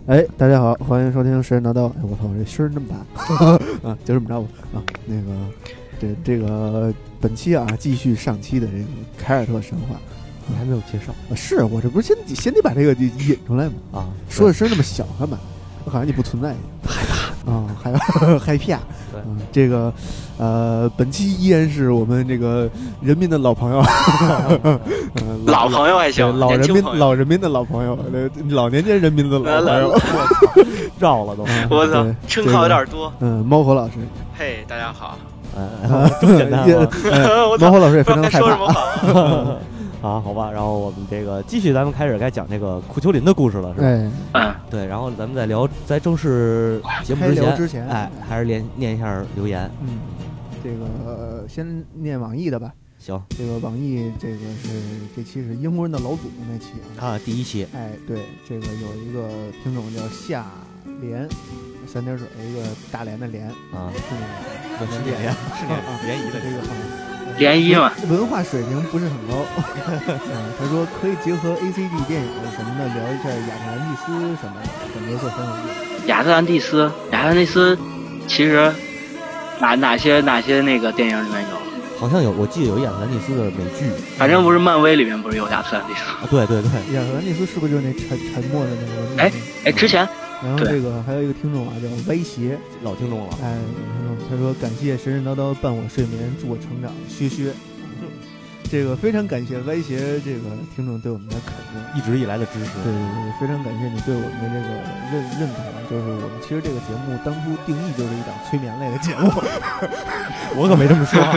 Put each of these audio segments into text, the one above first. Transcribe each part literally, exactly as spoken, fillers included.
哎，大家好，欢迎收听神神叨叨。哎，我操，我这声儿这么大啊，就这么着吧啊。那个，这这个本期啊，继续上期的这个凯尔特神话， 你还没有介绍啊？是我这不是先先得把这个引出来吗？啊，说的声那么小干嘛？我好像你不存在， 害怕啊，害害怕。 对、 嗯，这个呃，本期依然是我们这个人民的老朋友， 呃、老朋友还行， 老人民老人民的老朋友，老年间人民的老朋友， 绕了都， 我操，称号有点多。 嗯，猫火老师， 嘿，大家好。 哎，这么简单吗？ 猫火老师也非常害怕。 说什么好？ 啊，好吧，然后我们这个继续，咱们开始该讲这个库丘林的故事了，是吧？ 嗯， 对，然后咱们在聊，在正式节目之前， 之前哎，还是念念一下留言。 嗯，这个、呃、先念网易的吧。 行， 这个网易这个是这期是英国人的老祖那期啊，啊第一期。 哎，对，这个有一个听众叫夏莲，三点水一个大连的连啊， 是那个是联联是联联谊的这个朋友。 联谊嘛， 文化水平不是很高。嗯，他说可以结合 A C G 电影什么的聊一下亚特兰蒂斯什么的，感觉会很有意思。 亚特兰蒂斯，亚特兰蒂斯，其实哪哪些哪些那个电影里面有？ 好像有，我记得有亚特兰蒂斯的美剧， 反正不是漫威里面不是有亚特兰蒂斯？ 啊，对对对， 亚特兰蒂斯是不是就是那沉沉默的那个？ 哎哎，之前。 然后这个还有一个听众啊，叫歪斜， 老听众了。 哎，他说感谢神神叨叨伴我睡眠，助我成长，薛薛。这个非常感谢歪斜这个听众对我们的肯定， 一直以来的支持。 对对对，非常感谢你对我们的这个认认同。就是我们其实这个节目当初定义就是一档催眠类的节目， 我可没这么说。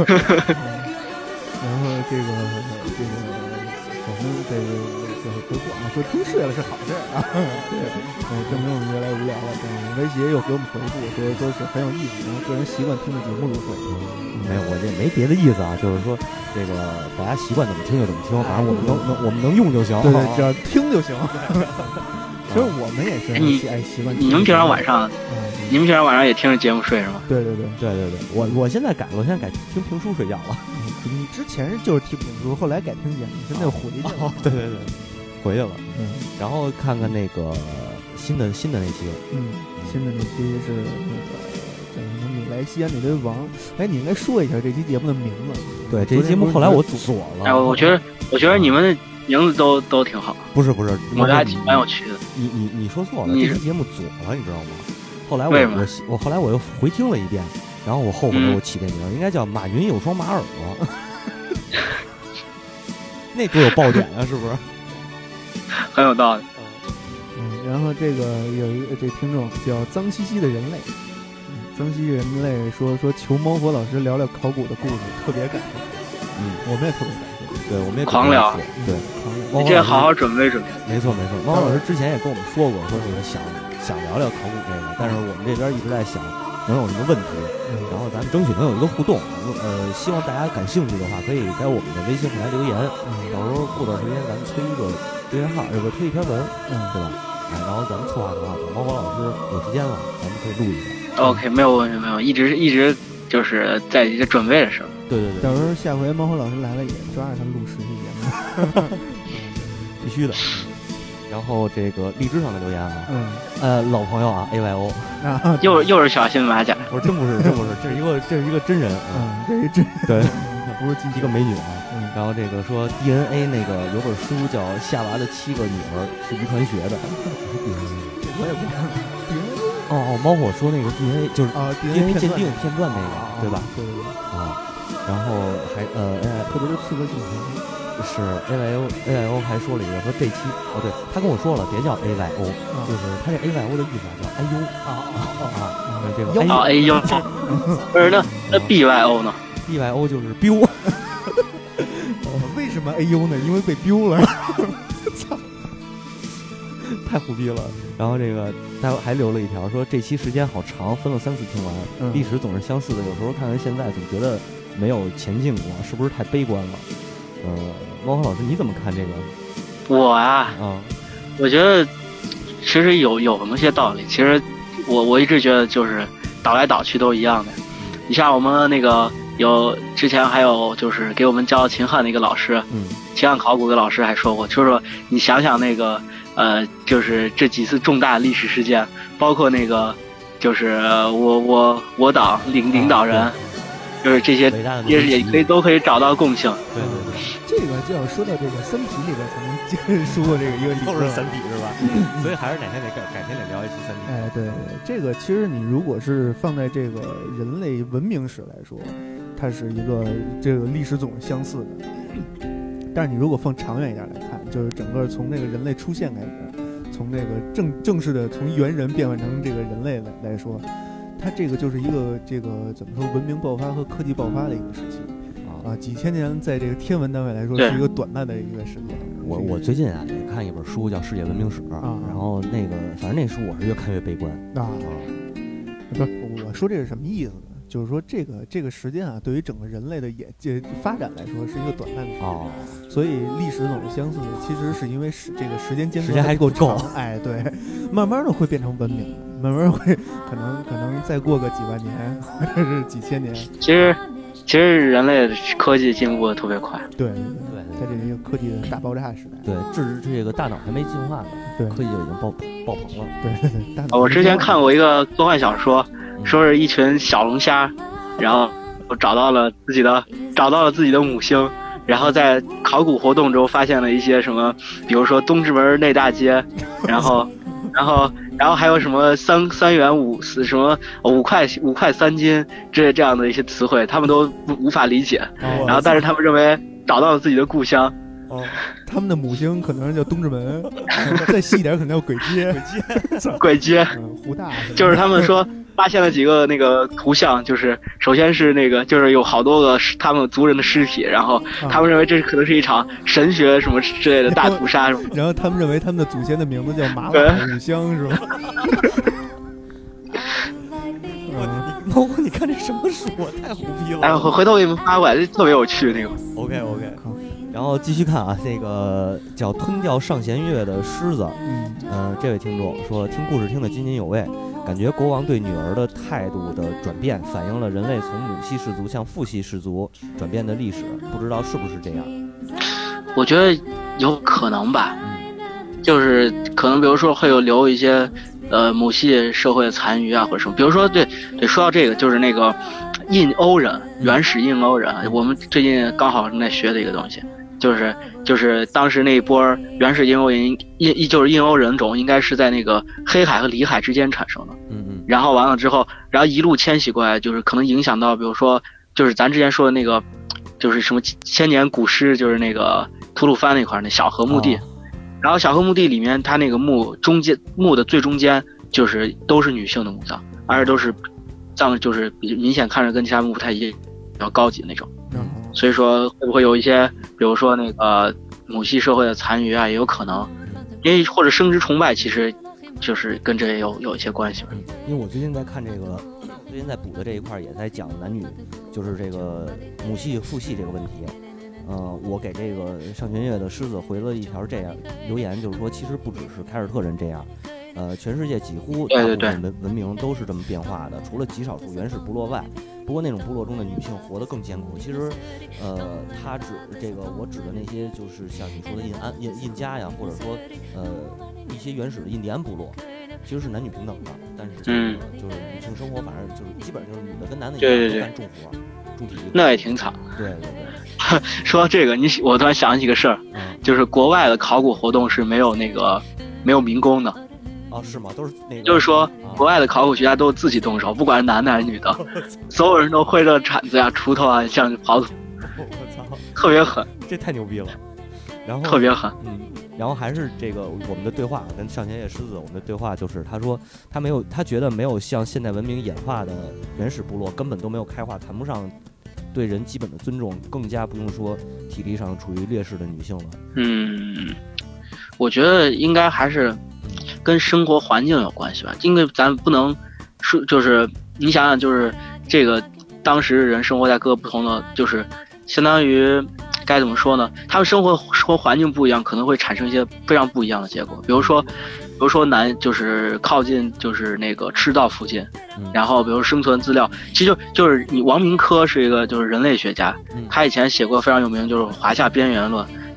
然后这个这个我们这个就是不过啊，说听睡了是好事啊。对，嗯，证明我们越来越无聊了。嗯，威胁又给我们回复说说是很有意思，然后个人习惯听的节目入睡。 嗯，没有，我这没别的意思啊，就是说这个大家习惯怎么听就怎么听，反正我们能能我们能用就行。 对对，只要听就行。其实我们也是爱习惯。 你们平常晚上，你们平常晚上也听着节目睡是吗？ 对对对对对对，我我现在改了，我现在改听评书睡觉了。 你之前就是听评书，后来改听节目，现在又回去了。 哦，对对对，回去了。 嗯， 然后看看那个新的新的那期。 嗯，新的那期是那个叫什么？你来西安那堆王。哎，你应该说一下这期节目的名字。 对，这期节目后来我左了。 哎，我觉得我觉得你们的名字都都挺好。 不是不是， 我觉得还挺蛮有趣的。 你你你说错了，这期节目左了，你知道吗？后来我我我后来我又回听了一遍，然后我后悔了，我起这名、嗯、应该叫马云有双马耳朵。那多有爆点啊，是不是？ 很有道理。 嗯，然后这个有一个这听众叫脏兮兮的人类，嗯，脏兮兮人类说说求猫火老师聊聊考古的故事，特别感动。 嗯， 我们也特别感动。 对，我们也狂聊。 对， 狂聊。 你这好好准备准备。 没错没错，猫老师之前也跟我们说过，说这个想想聊聊考古这个，但是我们这边一直在想能有什么问题，嗯、然后咱们争取能有一个互动。呃，希望大家感兴趣的话，可以在我们的微信后台留言，嗯，到时候过段时间咱们推一个留言号，要不推一篇文，嗯，对吧？哎，然后咱们策划策划，等猫火老师有时间了，咱们可以录一下。 OK， 没有问题，没有，一直一直就是在一个准备的时候。 对对对， 到时候下回猫火老师来了也抓着他录实际节目， 必须的。然后这个荔枝上的留言啊， 嗯， 呃，老朋友啊 ，A Y O， 啊，又又是小新马甲， 我说真不是，真不是，这是一个这是一个真人， 嗯，这是真对， 不是一个美女啊。嗯、然后这个说 D N A 那个有本书叫《夏娃的七个女儿》，是遗传学的。 我也不知道 D N A。 哦哦，猫火说那个 D N A 就是啊 D N A 鉴定片段那个， 啊、 对吧？ 对对对。 啊，然后还呃， 特别是刺客信条。 是 A Y O A Y O 还说了一个说这期哦，对他跟我说了，别叫 A Y O，、啊、就是他这 A Y O 的意思叫哎呦啊啊啊啊，这个啊哎呦，不是那那 B Y O 呢 ？B Y O 就是 biu， 为什么哎呦呢？因为被 biu 了，操， 太虎逼了。然后这个他还留了一条说这期时间好长，分了三次听完，嗯、历史总是相似的，有时候看看现在总觉得没有前进过，是不是太悲观了？呃，猫火老师你怎么看这个？ 我啊， 嗯， 我觉得其实有有那么些道理。其实我我一直觉得就是倒来倒去都一样的。你像我们那个有之前还有就是给我们教秦汉的一个老师，嗯，秦汉考古的老师还说过，就是说你想想那个呃，就是这几次重大历史事件，包括那个，就是我我我党领领导人，就是这些也也可以都可以找到共性。 对对对， 这个就要说到这个《三体》里边才能接说过这个一个理论， 都是三体是吧？所以还是哪天得改改天得聊一期三体。 哎，对对，这个其实你如果是放在这个人类文明史来说，它是一个这个历史总是相似的。但是你如果放长远一点来看，就是整个从那个人类出现开始，从那个正正式的从猿人变换成这个人类来来说，它这个就是一个这个怎么说文明爆发和科技爆发的一个时期啊，几千年在这个天文单位来说是一个短暂的一个时间。 我我最近啊也看一本书叫《世界文明史》啊，然后那个反正那书我是越看越悲观啊。不是，我说这是什么意思呢？就是说这个这个时间啊，对于整个人类的演这发展来说是一个短暂的时间，哦，所以历史总是相似的，其实是因为时这个时间间隔时间还够长， 哎，对，慢慢的会变成文明，慢慢会可能可能再过个几万年或者是几千年。 其实其实人类的科技进步的特别快， 对对对，在这一个科技的大爆炸时代， 对，智这个大脑还没进化呢， 对， 科技就已经爆爆棚了， 对对对。大脑我之前看过一个科幻小说。说是一群小龙虾，然后找到了自己的找到了自己的母星，然后在考古活动中发现了一些什么，比如说东直门内大街，然后然后然后还有什么三三元五什么五块五块三斤这这样的一些词汇，他们都无法理解， 哦， 然后但是他们认为找到了自己的故乡。 哦，他们的母星可能叫东直门，再细一点可能叫鬼街， 鬼街， 鬼街， 嗯，湖大， 就是他们说发现了几个那个图像，就是首先是那个就是有好多个他们族人的尸体，然后他们认为这可能是一场神学什么之类的大屠杀， 然后他们认为他们的祖先的名字叫马瓦五香，是吧？ 猫哥，你看这什么书啊？太胡逼了！ 哎，回回头我给你们发过来，这特别有趣那个。 OK OK。然后继续看啊，那个叫吞掉上弦月的狮子，嗯，呃，这位听众说听故事听得津津有味，感觉国王对女儿的态度的转变，反映了人类从母系氏族向父系氏族转变的历史，不知道是不是这样？ 我觉得有可能吧，嗯，就是可能比如说会有留一些呃母系社会的残余啊，或者什么，比如说对对，说到这个就是那个印欧人，原始印欧人，我们最近刚好正在学的一个东西。就是就是当时那一波原始印欧人印就是印欧人种应该是在那个黑海和里海之间产生的， 嗯嗯， 然后完了之后，然后一路迁徙过来，就是可能影响到，比如说就是咱之前说的那个，就是什么千年古尸，就是那个吐鲁番那块那小河墓地，哦，然后小河墓地里面它那个墓中间墓的最中间就是都是女性的墓葬，而且都是葬就是比明显看着跟其他墓不太一样，比较高级的那种。 嗯， 所以说会不会有一些比如说那个母系社会的残余啊，也有可能，因为或者生殖崇拜其实就是跟这也有有一些关系吧。 因为我最近在看这个最近在补的这一块也在讲男女就是这个母系父系这个问题。呃，我给这个上弦月的狮子回了一条这样留言，就是说其实不只是凯尔特人这样，呃，全世界几乎大部分文文明都是这么变化的，除了极少数原始部落外。不过那种部落中的女性活得更艰苦。其实，呃，他指这个我指的那些就是像你说的印安印印加呀，或者说呃一些原始的印第安部落，其实是男女平等的，但是这个就是女性生活反正就是基本上就是女的跟男的一样都干重活。 那也挺惨。 对对对。 说到这个，你我突然想起个事儿，嗯，就是国外的考古活动是没有那个没有民工的。 哦，是吗？都是那个， 就是说，啊，国外的考古学家都自己动手，不管是男的还是女的，所有人都挥着铲子呀、锄头啊，像刨土。 我操， 特别狠， 这太牛逼了。然后特别狠， 嗯，然后还是这个我们的对话跟上弦月狮子，我们的对话就是他说他没有，他觉得没有像现代文明演化的原始部落根本都没有开化，谈不上对人基本的尊重，更加不用说体力上处于劣势的女性了。 嗯，我觉得应该还是跟生活环境有关系吧，因为咱不能说就是你想想，就是这个当时人生活在各个不同的，就是相当于该怎么说呢？他们生活生活环境不一样，可能会产生一些非常不一样的结果。比如说，比如说南就是靠近就是那个赤道附近，然后比如生存资料，其实就就是你王明珂是一个就是人类学家，他以前写过非常有名就是《华夏边缘论》，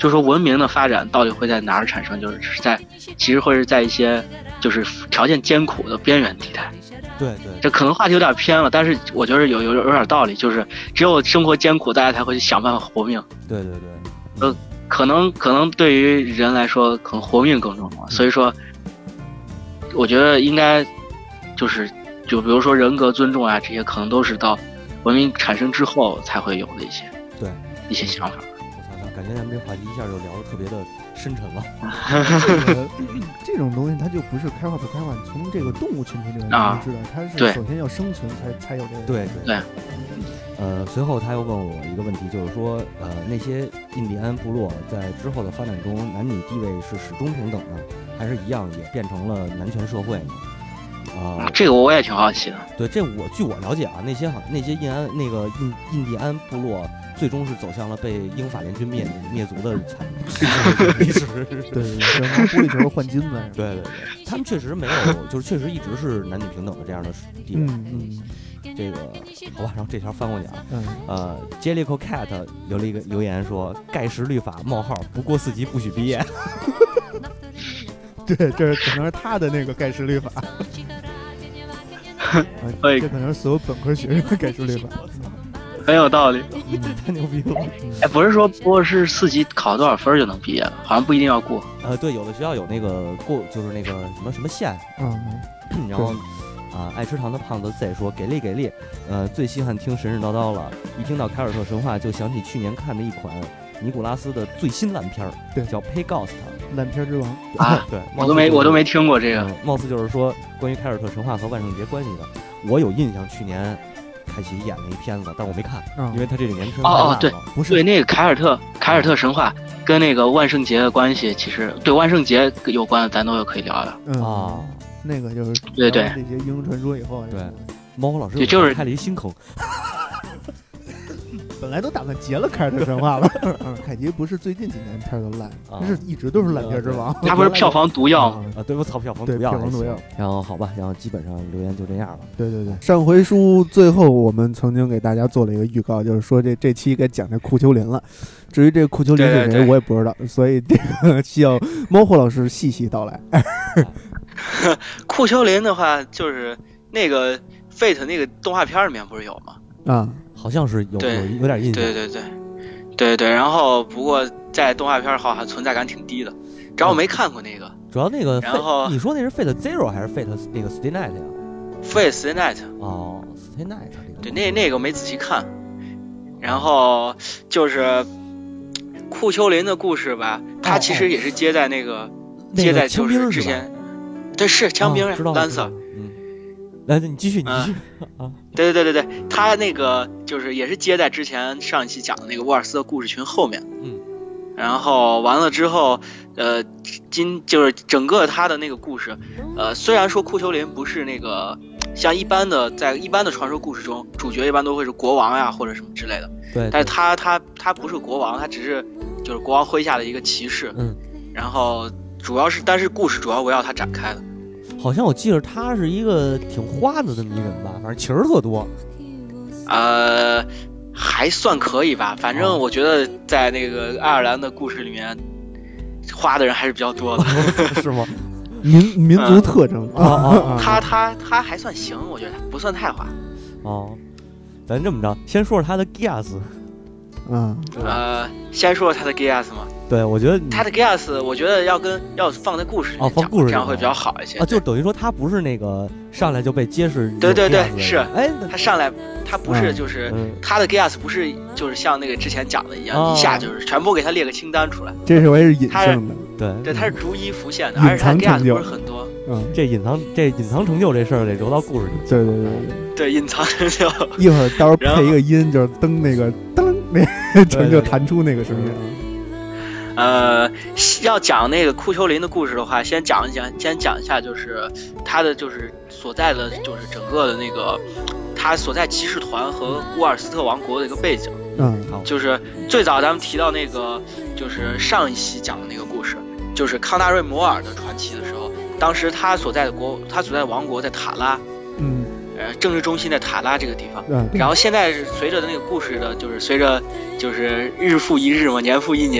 就说文明的发展到底会在哪儿产生，就是在其实会是在一些就是条件艰苦的边缘地带。 对对， 这可能话题有点偏了，但是我觉得有有有点道理，就是只有生活艰苦，大家才会想办法活命。 对对对， 呃，可能可能对于人来说，可能活命更重要，所以说，我觉得应该就是就比如说人格尊重啊，这些可能都是到文明产生之后才会有的一些对一些想法。 我操，感觉咱们这话题一下就聊得特别的深沉了。 这个这种东西它就不是开化不开化，你从这个动物群体里面啊能知道，它是对首先要生存才才有这个。 对对。 呃，随后他又问我一个问题，就是说，呃，那些印第安部落在之后的发展中，男女地位是始终平等的，还是一样也变成了男权社会呢？啊、 呃，这个我也挺好奇的。 对，这我据我了解啊，那些好那些印安那个印印第安部落，最终是走向了被英法联军灭灭族的惨历史。 对对对，像拿玻璃球换金子。 对对对，他们确实没有，就是确实一直是男女平等的这样的地位。 嗯嗯。 这个好吧，然后这条翻过去啊， 嗯， 呃 ，Jellicle Cat 留了一个留言说，盖世律法冒号不过四级不许毕业。 对，这可能是他的那个盖世律法。啊、这可能是所有本科学生的盖世律法。 很有道理， 嗯、太牛逼了！ 哎，不是说不过是四级考多少分就能毕业了，好像不一定要过。 呃，对，有的学校有那个过，就是那个什么什么线， 嗯， 然后。啊，爱吃糖的胖子 Z 说给力给力，呃，最稀罕听神神叨叨了，一听到凯尔特神话就想起去年看的一款尼古拉斯的最新烂片儿， 对， 叫 Pay Ghost， 烂片之王啊， 对， 我都没我都没听过这个、 嗯，貌似就是说关于凯尔特神话和万圣节关系的，我有印象，去年凯奇演了一片子，但我没看，嗯、因为他这个年轻哦哦对， 不是对那个凯尔特凯尔特神话跟那个万圣节的关系，其实对万圣节有关的咱都有可以聊的， 嗯啊。 那个就是对对这些英雄传说以后， 对，猫火老师就是开了一新坑， 本来都打算结了凯尔特神话了。嗯，凯奇不是最近几年片都烂，他、啊、是一直都是烂片之王。 他不是票房毒药吗？ 啊，对，我操，票房毒药， 票房毒药。 然后好吧，然后基本上留言就这样了。 对对对，上回书最后我们曾经给大家做了一个预告，就是说这这期该讲这库丘林了。至于这个库丘林是谁，我也不知道，所以这个需要猫火老师细细道来。 库丘林的话，就是那个 Fate 那个动画片里面不是有吗？ 啊， 好像是有有有点印象。 对对对，对对。然后不过在动画片好像存在感挺低的，主要我没看过那个。 嗯、主要那个， 然后你说那是 Fate Zero 还是 Fate 那个 Stay Night 呀 ？Fate Stay Night。 哦 ，Stay Night 对，那那个没仔细看。然后就是库丘林的故事吧，它其实也是接在那个。 哦接在就是之前，对，是枪兵蓝色， 嗯，来，你继续，你继续啊，对对对对对，他那个就是也是接在之前上一期讲的那个沃尔斯的故事群后面， 嗯， 然后完了之后，呃，今就是整个他的那个故事，呃，虽然说库丘林不是那个像一般的在一般的传说故事中，主角一般都会是国王呀或者什么之类的， 对， 但是他他他不是国王，他只是就是国王麾下的一个骑士， 嗯， 然后。主要是，但是故事主要围绕他展开的。 好像我记得他是一个挺花的这么一人吧，反正情儿特多。 呃，还算可以吧。反正我觉得在那个爱尔兰的故事里面，花的人还是比较多的。 是吗？ 民民族特征、 嗯、啊，他他他还算行，我觉得不算太花。 哦，咱这么着，先说说他的 gas。 嗯， 呃，先说说他的 gas 嘛。 对，我觉得他的 gas， 我觉得要跟要放在故事里面讲、 哦、放故事这样会比较好一些啊。就等于说他不是那个上来就被揭示， 对对对，是， 哎， 他上来他不是就是、嗯、他的 gas 不是就是像那个之前讲的一样， 哦、 一下就是全部给他列个清单出来。 这是我也是隐性的， 对对，他是逐一浮现的，而且他的 gas 不是很多。 嗯， 这隐藏这隐藏成就这事儿得揉到故事里。 对对对对对，隐藏成就。 一会儿到时候配一个音，就是噔那个噔那成就弹出那个声音。 呃，要讲那个库丘林的故事的话，先讲一讲，先讲一下，就是他的就是所在的就是整个的那个他所在骑士团和沃尔斯特王国的一个背景。 嗯， 就是最早咱们提到那个就是上一期讲的那个故事，就是康纳瑞摩尔的传奇的时候，当时他所在的国，他所在的王国在塔拉。 嗯。 呃，政治中心在塔拉这个地方， 嗯， 然后现在是随着那个故事的，就是随着就是日复一日嘛，年复一年，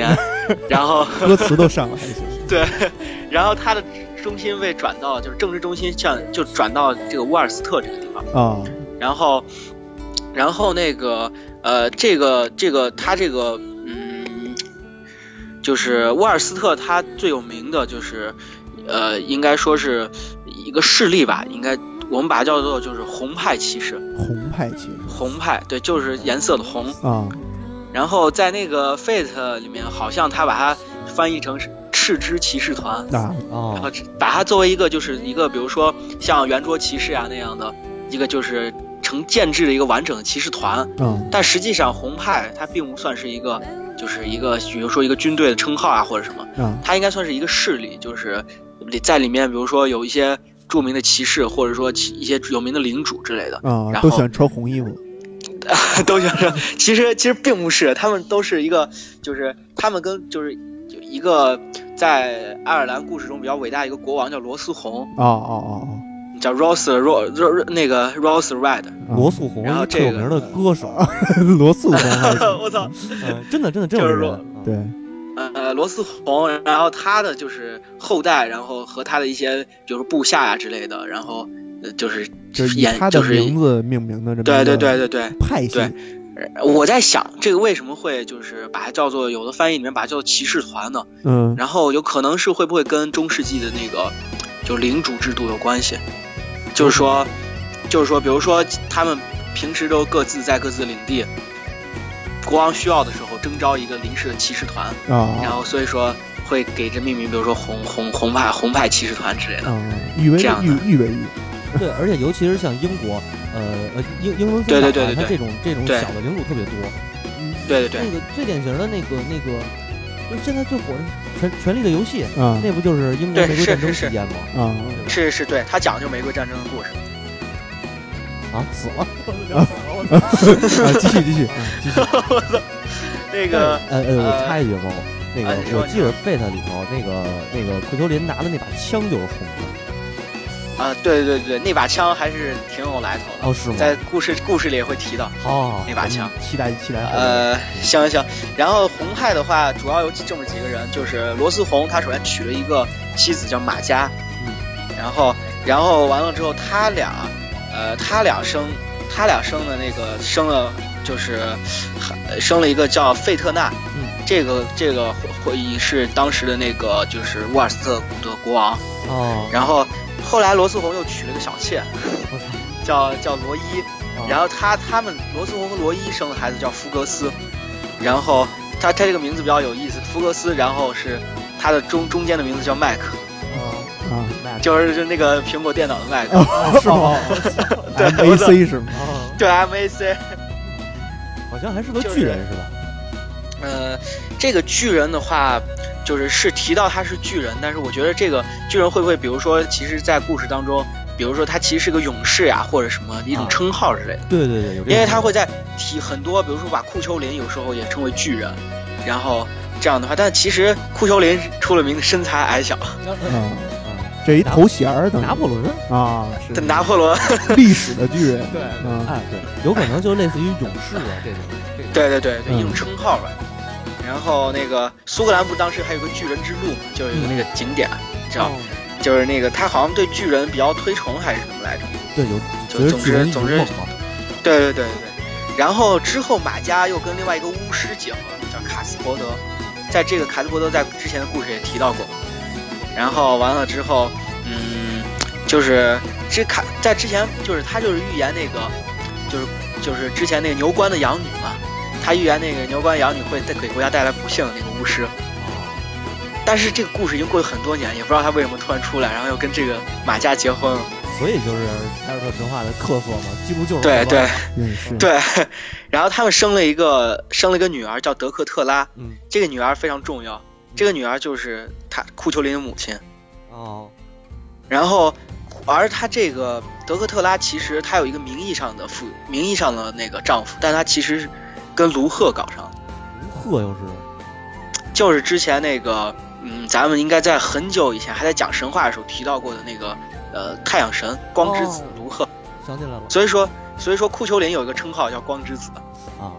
然后歌词都上了还行。 对，然后他的中心被转到就是政治中心像就转到这个沃尔斯特这个地方啊， 然后然后那个呃这个这个他这个嗯就是沃尔斯特他最有名的就是呃应该说是一个势力吧，应该我们把它叫做就是红派骑士。 红派骑士， 红派对，就是颜色的红啊。 然后在那个 Fate 里面，好像他把它翻译成赤之骑士团啊， 然后把它作为一个就是一个比如说像圆桌骑士啊那样的一个就是成建制的一个完整的骑士团。 嗯， 但实际上红派它并不算是一个就是一个比如说一个军队的称号啊或者什么， 嗯， 它应该算是一个势力，就是在里面比如说有一些著名的骑士，或者说一些有名的领主之类的啊， 然后都喜欢穿红衣服。 都想着，其实其实并不是，他们都是一个，就是他们跟就是一个在爱尔兰故事中比较伟大的一个国王叫罗斯红。 哦哦哦哦， 叫 Ross Ro Ro 那个 Ross Red 罗素红， 然后特有名的歌手， 罗素红， 我操， 真的真的真就是罗对。 呃，罗斯红，然后他的就是后代，然后和他的一些就是部下呀、啊、之类的，然后呃就是就是以他的名字命名的这么对对对对对派系。 对，我在想这个为什么会就是把它叫做有的翻译里面把它叫做骑士团呢？ 嗯， 然后有可能是会不会跟中世纪的那个就领主制度有关系？就是说，就是说，比如说他们平时都各自在各自的领地。国王需要的时候征召一个临时的骑士团啊， 然后所以说会给这命名，比如说红红红派红派骑士团之类的， 嗯，誉为誉誉为誉。 对，而且尤其是像英国，呃呃英英伦对对对对， 它这种这种小的领主特别多。 嗯，对对对。 那个最典型的那个那个，就现在最火的《权权力的游戏》 啊， 那不就是英国玫瑰战争期间吗？ 啊，是是，对，他讲的就是玫瑰战争的故事。 啊，死了！ 啊，继续继续继续。 我操，那个呃呃，我插一句吧，那个我记得 Fate 里头那个那个奎托林拿的那把枪就是红的。 啊，对对对，那把枪还是挺有来头的。 哦，是吗？ 在故事故事里也会提到。 好， 那把枪， 期待期待。 呃，行行。然后红派的话，主要有这么几个人，就是罗斯红，他首先娶了一个妻子叫马嘉， 嗯， 然后然后完了之后，他俩。呃，他俩生，他俩生的那个生了，就是生了一个叫费特纳， 嗯， 这个这个会议是当时的那个就是沃尔斯特的国王哦， 然后后来罗斯红又娶了个小妾，叫叫罗伊， 哦、 然后他他们罗斯红和罗伊生的孩子叫福格斯，然后他他这个名字比较有意思，福格斯，然后是他的中中间的名字叫麦克。 啊， 就是就那个苹果电脑的麦克， 哦、是吗？ 对 ，M A C 是吗？ 对 ，M A C， 好像还是个巨人、就是、是吧？ 呃，这个巨人的话，就是是提到他是巨人，但是我觉得这个巨人会不会，比如说，其实，在故事当中，比如说他其实是个勇士呀，或者什么一种称号之类的。啊、 对对对，有这个。 因为他会在提很多，比如说把库丘林有时候也称为巨人，然后这样的话，但其实库丘林出了名的身材矮小。 嗯。这一头衔儿， 拿破仑啊，是拿破仑， 历史的巨人， 对，嗯，哎，对，有可能就类似于勇士啊这种， 对对对对，一种称号吧。然后那个苏格兰不当时还有个巨人之路嘛，就是有那个景点，知道，就是那个他好像对巨人比较推崇还是什么来着？ 对，有， 就总之总之，对对对对对。然后之后马嘉又跟另外一个巫师结婚，叫卡斯伯德，在这个卡斯伯德在之前的故事也提到过。然后完了之后，嗯，就是这卡在之前就是他就是预言那个，就是就是之前那个牛倌的养女嘛，他预言那个牛倌养女会再给国家带来不幸的那个巫师。但是这个故事已经过了很多年，也不知道他为什么突然出来，然后又跟这个马嘉结婚了。 所以就是凯尔特神话的特色嘛，记录就是对对嗯对。然后他们生了一个生了一个女儿叫德克特拉， 嗯， 这个女儿非常重要。这个女儿就是他库丘林的母亲， 哦， 然后，而她这个德克特拉其实她有一个名义上的夫，名义上的那个丈夫，但她其实跟卢赫搞上了。 卢赫又是？ 就是之前那个，嗯，咱们应该在很久以前还在讲神话的时候提到过的那个，呃，太阳神光之子卢赫。 想起来了。 所以说，所以说库丘林有一个称号叫光之子。 啊。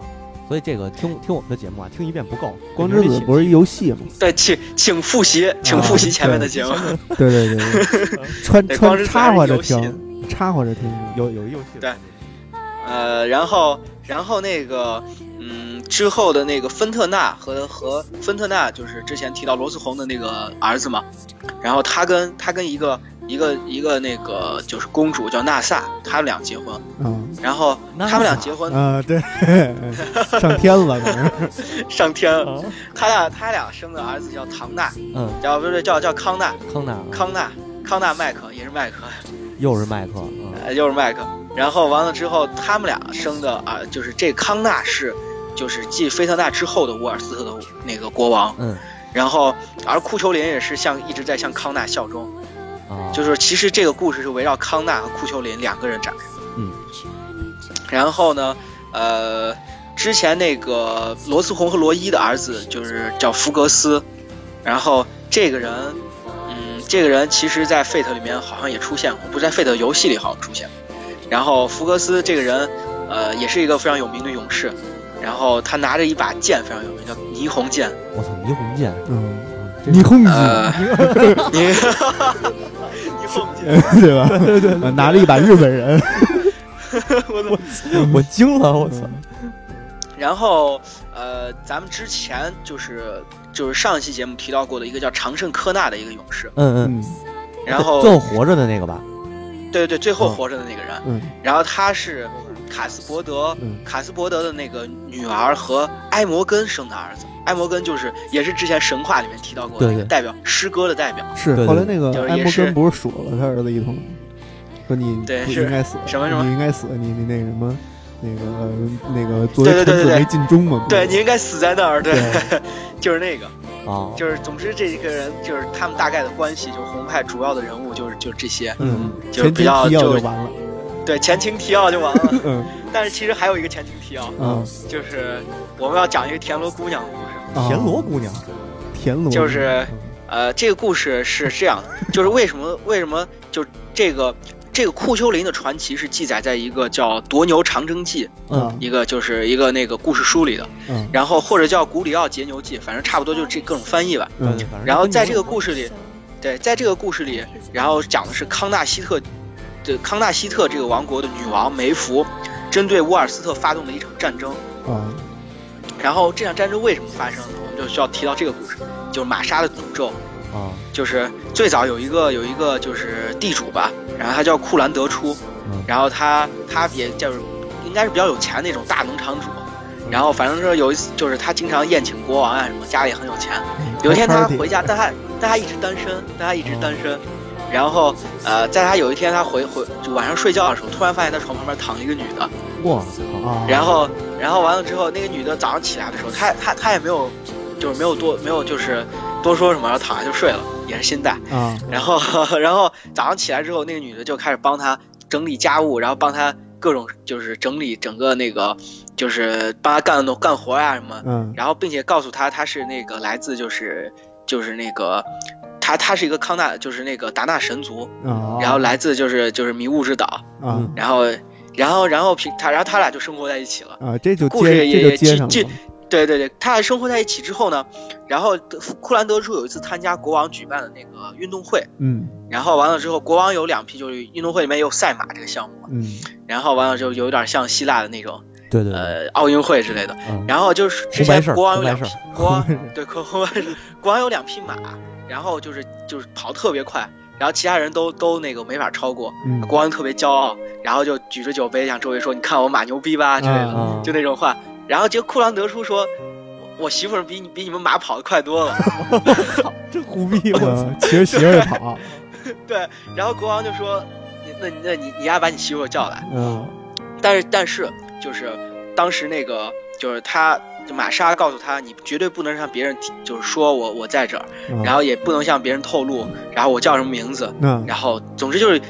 所以这个听听我们的节目啊，听一遍不够。 光之子不是一游戏吗？ 对，请请复习，请复习前面的节目。 啊、对对对对，穿穿插和着听，插和着听， 有有游戏。 对，呃，然后然后那个。嗯，之后的那个芬特纳和和芬特纳就是之前提到罗斯红的那个儿子嘛，然后他跟他跟一个一个一个那个就是公主叫纳萨，他们俩结婚， 嗯， 然后他们俩结婚啊、呃，对，上天了，可能上天了，他俩他俩生的儿子叫唐纳， 嗯， 叫不是叫叫康纳， 康纳， 康纳康纳麦克也是麦克， 又是麦克， 嗯、又是麦克，然后完了之后他们俩生的啊、呃，就是这康纳是。就是继菲特纳之后的沃尔斯特的那个国王， 嗯， 然后而库丘林也是向一直在向康纳效忠， 啊， 就是其实这个故事是围绕康纳和库丘林两个人展开， 嗯， 然后呢，呃，之前那个罗斯红和罗伊的儿子就是叫福格斯，然后这个人，嗯，这个人其实在 Fate 里面好像也出现过，不在 Fate 游戏里好像出现过，然后福格斯这个人，呃，也是一个非常有名的勇士。然后他拿着一把剑非常有名，叫霓虹剑。 我操，霓虹剑， 嗯，霓虹剑， 呃、霓虹剑，对吧？对对对，拿着一把日本人， 我我惊了，我操！ 然后呃，咱们之前就是就是上一期节目提到过的一个叫长胜科纳的一个勇士， 嗯嗯， 然后最后活着的那个吧？ 对对，最后活着的那个人， 嗯， 然后他是。卡斯伯德， 嗯、 卡斯伯德的那个女儿和埃摩根生的儿子，埃摩根就是也是之前神话里面提到过的那个代表，诗歌的代表。 是，后来那个埃摩根不是数了他儿子一通，说你不应该死， 什么什么， 你应该死，你你那个什么，那个那个作为臣子没尽忠嘛， 对，你应该死在那儿，对， 对就是那个。 哦， 就是总之这个人就是他们大概的关系，就红派主要的人物就是就是这些， 嗯， 就是比较就完了。 对，前情提要就完了。 嗯， 但是其实还有一个前情提要， 嗯， 就是我们要讲一个田螺姑娘的故事。 哦、 田螺姑娘， 田螺就是，呃，这个故事是这样的，就是为什么为什么就这个这个库丘林的传奇是记载在一个叫《夺牛长征记》， 嗯， 一个就是一个那个故事书里的， 嗯， 然后或者叫《古里奥节牛记》，反正差不多就是这各种翻译吧。 嗯， 然后在这个故事里，对，在这个故事里，然后讲的是康纳西特。这康纳西特这个王国的女王梅芙针对沃尔斯特发动的一场战争啊， 然后这场战争为什么发生呢？我们就需要提到这个故事，就是玛莎的诅咒啊， 就是最早有一个有一个就是地主吧，然后他叫库兰德初， 嗯、 然后他他也就是应该是比较有钱那种大农场主，然后反正说有一次就是他经常宴请国王啊什么，家里也很有钱。有一天他回家，但他但他一直单身，但他一直单身。然后，呃，在他有一天他回回就晚上睡觉的时候，突然发现他床旁边躺一个女的， 哇！ 然后，然后完了之后，那个女的早上起来的时候，他他他也没有，就是没有多没有就是多说什么，然后躺下就睡了，也是心带啊。 然后，然后早上起来之后，那个女的就开始帮他整理家务，然后帮他各种就是整理整个那个就是帮他干干活呀、啊、什么， 嗯， 然后并且告诉他他是那个来自就是就是那个。他他是一个康纳，就是那个达纳神族， 哦、 然后来自就是就是迷雾之岛， 啊， 然后然后然后平他然后他俩就生活在一起了啊，这就故事也也接上了， 对对对，他俩生活在一起之后呢，然后库兰德初有一次参加国王举办的那个运动会， 嗯， 然后完了之后，国王有两匹，就是运动会里面有赛马这个项目， 嗯， 然后完了之后有点像希腊的那种。 对对， 呃，奥运会之类的， 嗯、 然后就是之前国王有两匹，国王对国王国王有两匹马，然后就是就是跑特别快，然后其他人都都那个没法超过， 嗯、 国王特别骄傲，然后就举着酒杯向周围说：“你看我马牛逼吧之类的， 啊、 就那种话。”然后结果库兰德初说：“我媳妇儿比你比你们马跑得快多了。” 这胡逼我骑着媳妇儿跑。 对，然后国王就说：“那那你你丫把你媳妇儿叫来。” 嗯， 但是但是。就是当时那个就是他玛莎告诉他，你绝对不能向别人就是说我我在这儿、 嗯、 然后也不能向别人透露然后我叫什么名字、 嗯、 然后总之就是你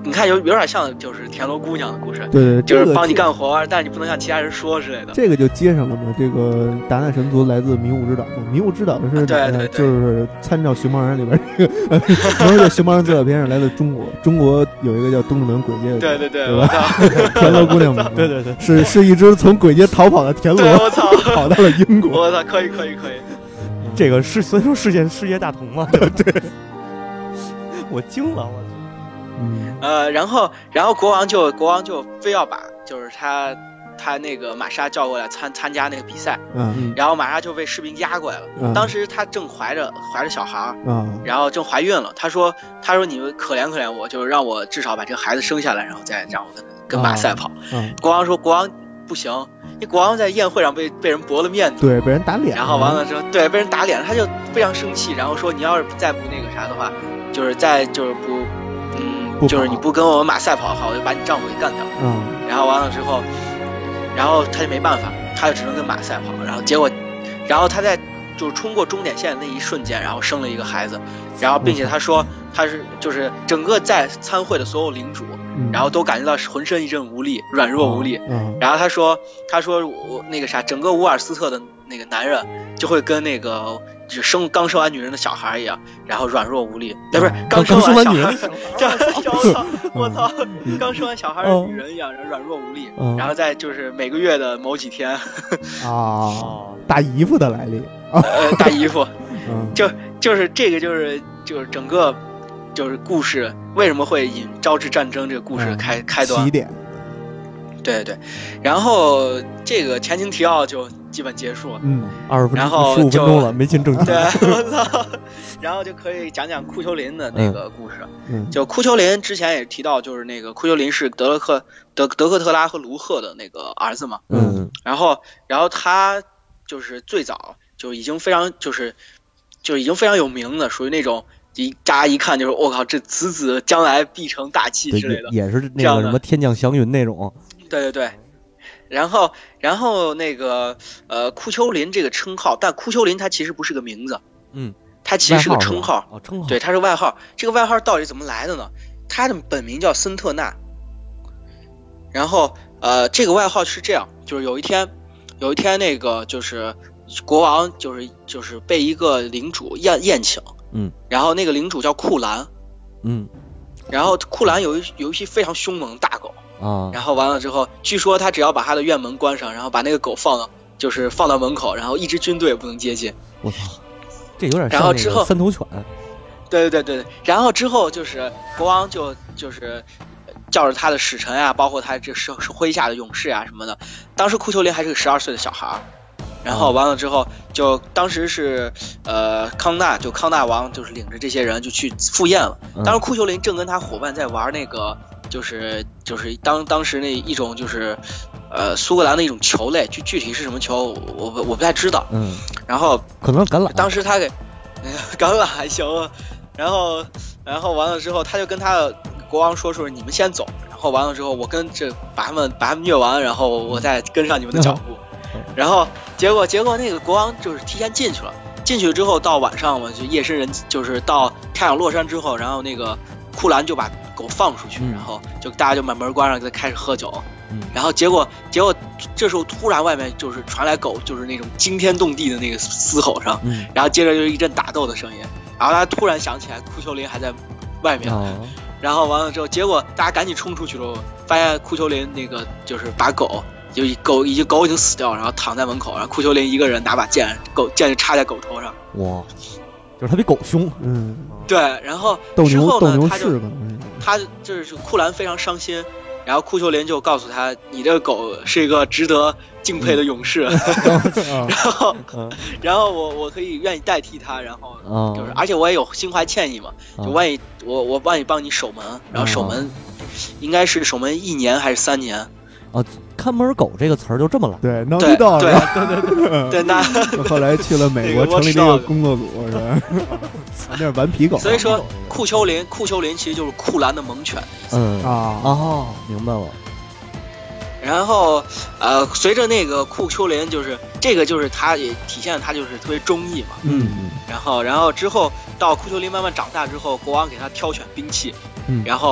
你看有有点像就是田螺姑娘的故事， 对对， 就是帮你干活，但是你不能向其他人说之类的。 这个就接上了嘛，这个达纳神族来自迷雾之岛，迷雾之岛是、 啊、对对对， 就是参照熊猫人里边这个，然后在熊猫人资料片上来了中国，中国有一个叫东直门鬼街的， 对对对， 对吧？田螺姑娘嘛， 对对对， 是是一只从鬼街逃跑的田螺， 我操， 跑到了英国， 我操，可以可以可以， 这个是所以说世界世界大同嘛，对对，我惊了，我。 嗯， 呃，然后，然后国王就国王就非要把就是他他那个玛莎叫过来参参加那个比赛， 嗯， 然后玛莎就被士兵押过来了。 嗯、 当时他正怀着怀着小孩， 嗯， 然后正怀孕了。他说他说你们可怜可怜我，就是让我至少把这个孩子生下来，然后再让我跟跟马赛跑。 嗯， 国王说国王不行，因为国王在宴会上被被人驳了面子， 对，被人打脸， 然后完了之后，对，被人打脸，他就非常生气，然后说你要是再不那个啥的话，就是再就是不。嗯，就是你不跟我们马赛跑的话，我就把你丈夫给干掉。 嗯， 然后完了之后，然后他就没办法，他就只能跟马赛跑。然后结果，然后他在就是冲过终点线的那一瞬间，然后生了一个孩子。然后并且他说他是就是整个在参会的所有领主， 嗯、 然后都感觉到浑身一阵无力，软弱无力。 嗯， 然后他说他说我那个啥，整个乌尔斯特的那个男人就会跟那个。就生刚生完女人的小孩一样，然后软弱无力，那、嗯、不是刚生完小孩，这我操，我操，刚生完小孩的女人一样，然后软弱无力， 嗯、 然后在就是每个月的某几天， 啊，大姨夫的来历， 呃，大姨夫， 嗯、 就就是这个就是就是整个就是故事为什么会引招致战争这个故事开、嗯、开端起点。 对对，然后这个前情提要就基本结束了， 嗯， 二十分然后十五分钟了，没进正题。 对，我操，然后就可以讲讲库丘林的那个故事。 嗯， 就库丘林之前也提到，就是那个库丘林是德勒克德德克特拉和卢赫的那个儿子嘛。 嗯， 然后然后他就是最早就已经非常就是就已经非常有名的，属于那种。一乍一看就是我靠，这此子将来必成大器之类的， 也是那个什么天降祥云那种。 对对对，然后然后那个呃库丘林这个称号，但库丘林它其实不是个名字， 嗯， 它其实是个称号， 哦，称号， 对，它是外号。这个外号到底怎么来的呢？他的本名叫森特纳，然后呃这个外号是这样，就是有一天有一天那个就是国王就是就是被一个领主宴宴请。 嗯， 然后那个领主叫库兰， 嗯， 然后库兰有一有一匹非常凶猛的大狗啊， 然后完了之后，据说他只要把他的院门关上，然后把那个狗放到就是放到门口，然后一支军队也不能接近。 我操，这有点像然后之后三头犬。 对对对对，然后之后就是国王就就是叫着他的使臣啊，包括他这是麾下的勇士啊什么的。当时库丘林还是个十二岁的小孩。然后完了之后，就当时是呃康纳，就康纳王就是领着这些人就去赴宴了。当时库丘林正跟他伙伴在玩那个，就是就是当当时那一种就是呃苏格兰的一种球类，具具体是什么球我我不太知道。 嗯。 然后可能橄榄。 当时他给，哎呀橄榄还行啊。然后然后完了之后，他就跟他的国王说说你们先走，然后完了之后我跟这把他们把他们虐完，然后我再跟上你们的脚步。然后结果结果那个国王就是提前进去了，进去之后到晚上嘛，就夜深人就是到太阳落山之后，然后那个库兰就把狗放出去， 嗯、 然后就大家就把门关上，就开始喝酒。 嗯、 然后结果结果这时候突然外面就是传来狗就是那种惊天动地的那个嘶吼声， 嗯、 然后接着就是一阵打斗的声音，然后他突然想起来库丘林还在外面， 哦、 然后完了之后，结果大家赶紧冲出去了，发现库丘林那个就是把狗。就狗已经狗已经死掉，然后躺在门口，然后库丘林一个人拿把剑，狗剑就插在狗头上。 哇，就是他比狗凶。 嗯， 对。然后斗牛斗牛他就他就是库兰非常伤心，然后库丘林就告诉他，你这个狗是一个值得敬佩的勇士。 嗯、 然后，嗯、然后我我可以愿意代替他，然后就是， 嗯、 而且我也有心怀歉意嘛， 嗯、 就万一我我万一帮你守门，然后守门、嗯、应该是守门一年还是三年。 哦，看门狗这个词儿就这么来。 对，闹到了。 对对对对对，那后来去了美国，成立这个工作组，是吧？那是顽皮狗。 所以说，库丘林，库丘林其实就是库兰的猛犬。 嗯啊哦，明白了。 然后呃，随着那个库丘林，就是这个就是他也体现了他就是特别忠义嘛。 嗯。 然后然后之后到库丘林慢慢长大之后，国王给他挑选兵器， 嗯， 然后。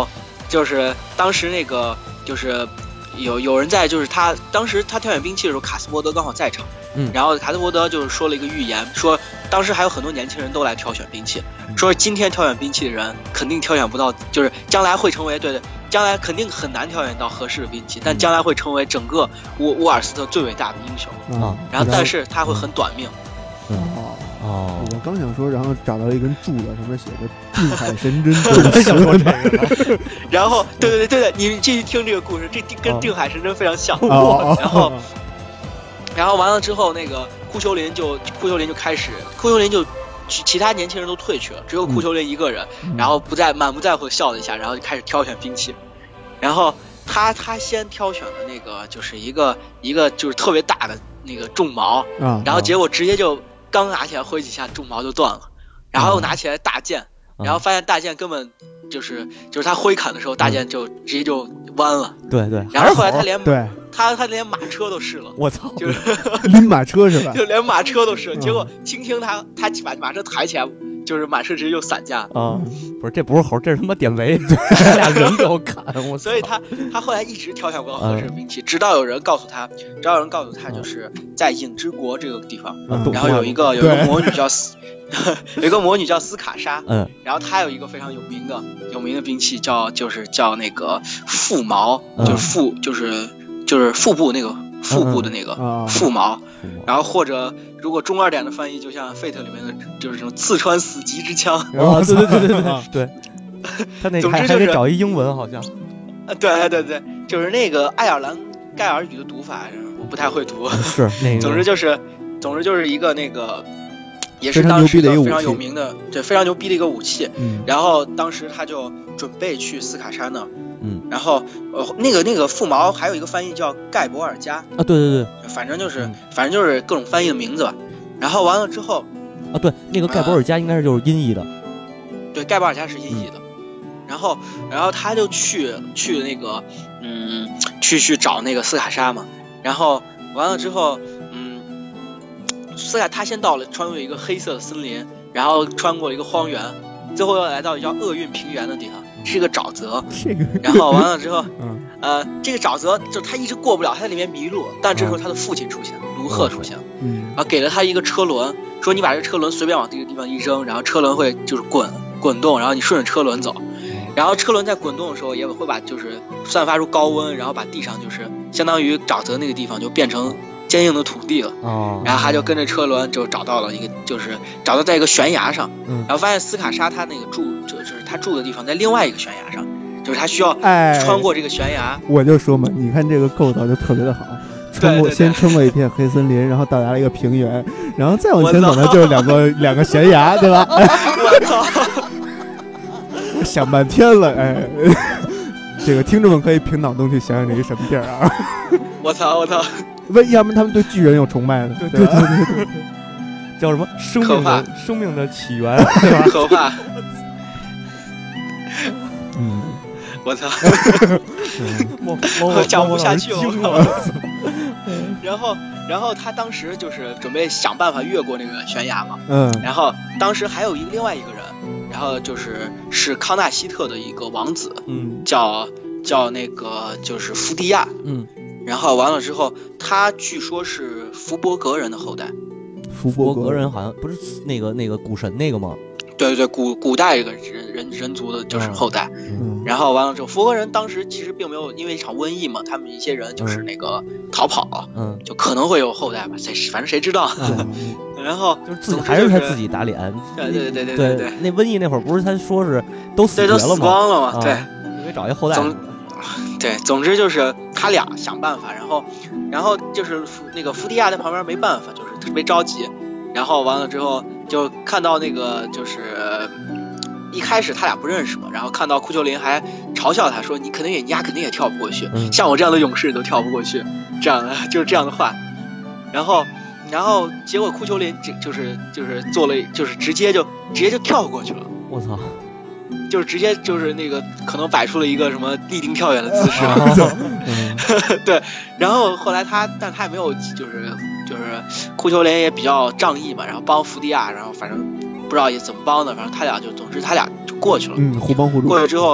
就是当时那个就是有有人在，就是他当时他挑选兵器的时候，卡斯伯德刚好在场， 嗯， 然后卡斯伯德就是说了一个预言，说当时还有很多年轻人都来挑选兵器，说今天挑选兵器的人肯定挑选不到，就是将来会成为对对，将来肯定很难挑选到合适的兵器，但将来会成为整个沃沃尔斯特最伟大的英雄啊。 然后但是他会很短命。 嗯哦哦， 我刚想说，然后找到一根柱子，上面写着“定海神针”， 我想说这个。 然后，对对对对对，你继续听这个故事，这跟定海神针非常像。 哦、 然后，然后完了之后，那个库丘林就库丘林就开始，库丘林就其他年轻人都退去了，只有库丘林一个人， 嗯、 然后不再满不在乎笑了一下，然后就开始挑选兵器。然后他他先挑选了那个就是一个一个就是特别大的那个重矛， 啊、 然后结果直接就。刚拿起来挥几下，重矛就断了，然后又拿起来大剑，嗯、然后发现大剑根本就是就是他挥砍的时候，大剑就、嗯、直接就弯了。 对对。 然后后来他连对他他连马车都试了， 我操， 就是拎马车是吧？ 就连马车都试了， 嗯、 结果轻轻他他把马车抬起来，就是马车直接就散架。 啊，不是，这不是猴，这是他妈典韦，俩人给我砍，我。 所以他他后来一直挑选不到合适的兵器，嗯、直到有人告诉他，直到有人告诉他，就是在影之国这个地方， 嗯、 然后有一个有一个魔女叫斯，有一个魔女叫斯卡莎， 嗯， 然后她有一个非常有名的有名的兵器叫就是叫那个腹矛， 嗯、 就是腹就是就是腹部那个腹部的那个腹矛， 嗯嗯、 然后或者如果中二点的翻译，就像 Fate 里面的就是这种刺穿死棘之枪。 啊，对对对对对对，他那总之就是还得找一英文好像。 啊，对对对，就是那个爱尔兰盖尔语的读法，我不太会读。 是那个。 总之就是，总之就是一个那个，也是当时一个非常有名的，对，非常牛逼的一个武器。 嗯。 然后当时他就准备去斯卡莎那儿。 嗯。 然后呃，那个那个腹矛还有一个翻译叫盖博尔加。 啊，对对对。 反正就是，嗯、反正就是各种翻译的名字吧。然后完了之后。 啊，对，那个盖博尔加应该是就是音译的。 呃、对，盖博尔加是音译的。嗯，然后，然后他就去去那个，嗯，去去找那个斯卡莎嘛。然后完了之后，嗯，斯卡他先到了穿过一个黑色的森林，然后穿过了一个荒原，最后又来到叫厄运平原的地方，是一个沼泽。 这个。 然后完了之后， 嗯， 呃，这个沼泽就他一直过不了，他在里面迷路。但这时候他的父亲出现了，卢赫出现了， 嗯， 然后给了他一个车轮，说你把这个车轮随便往这个地方一扔，然后车轮会就是滚滚动，然后你顺着车轮走。然后车轮在滚动的时候也会把就是散发出高温，然后把地上就是相当于沼泽那个地方就变成坚硬的土地了。 哦。 然后他就跟着车轮就找到了一个，就是找到在一个悬崖上， 嗯， 然后发现斯卡莎他那个住就是他住的地方在另外一个悬崖上，就是他需要穿过这个悬崖。 哎、我就说嘛，你看这个构造就特别的好，穿过对对对先穿过一片黑森林，然后到达了一个平原，然后再往前走呢就是两个两个悬崖，对吧？ 我操！ 我想半天了，哎，这个听众们可以凭脑洞去想想这是什么地儿啊！ 我操我操！ 为要不然他们对巨人有崇拜呢？ 对对对对对，叫什么生命的生命的起源，对吧？ 可怕！ 嗯， 我操！ 我我讲不下去了。然后，然后他当时就是准备想办法越过那个悬崖嘛。 嗯。 然后当时还有一个另外一个人。然后就是是康纳希特的一个王子， 嗯， 叫叫那个就是福迪亚， 嗯， 然后完了之后，他据说是福伯格人的后代。 福伯格人好像不是那个那个古神那个吗？ 对对对，古古代一个人人人族的就是后代。 嗯， 然后完了之后，福伯格人当时其实并没有因为一场瘟疫嘛，他们一些人就是那个逃跑了， 嗯， 就可能会有后代吧，谁反正谁知道。 嗯然后就是自己还是他自己打脸， 对对对对对对。 那瘟疫那会儿不是他说是都死绝了吗？ 对，都死光了嘛，对。 因为找一后代。 总对，总之就是他俩想办法，然后然后就是那个福迪亚在旁边没办法，就是特别着急。然后完了之后就看到那个就是一开始他俩不认识嘛，然后看到库丘林还嘲笑他说你肯定也你丫肯定也跳不过去， 嗯， 像我这样的勇士都跳不过去，这样的就是这样的话。然后。然后结果库丘林就是就是做了就是直接就直接就跳过去了， 我操！ 就是直接就是那个可能摆出了一个什么立定跳远的姿势， 嗯、 对。然后后来他，但他也没有就是就是库丘林也比较仗义嘛，然后帮福迪亚，然后反正不知道也怎么帮的，反正他俩就总之他俩就过去了， 嗯，互帮互助。 过去之后就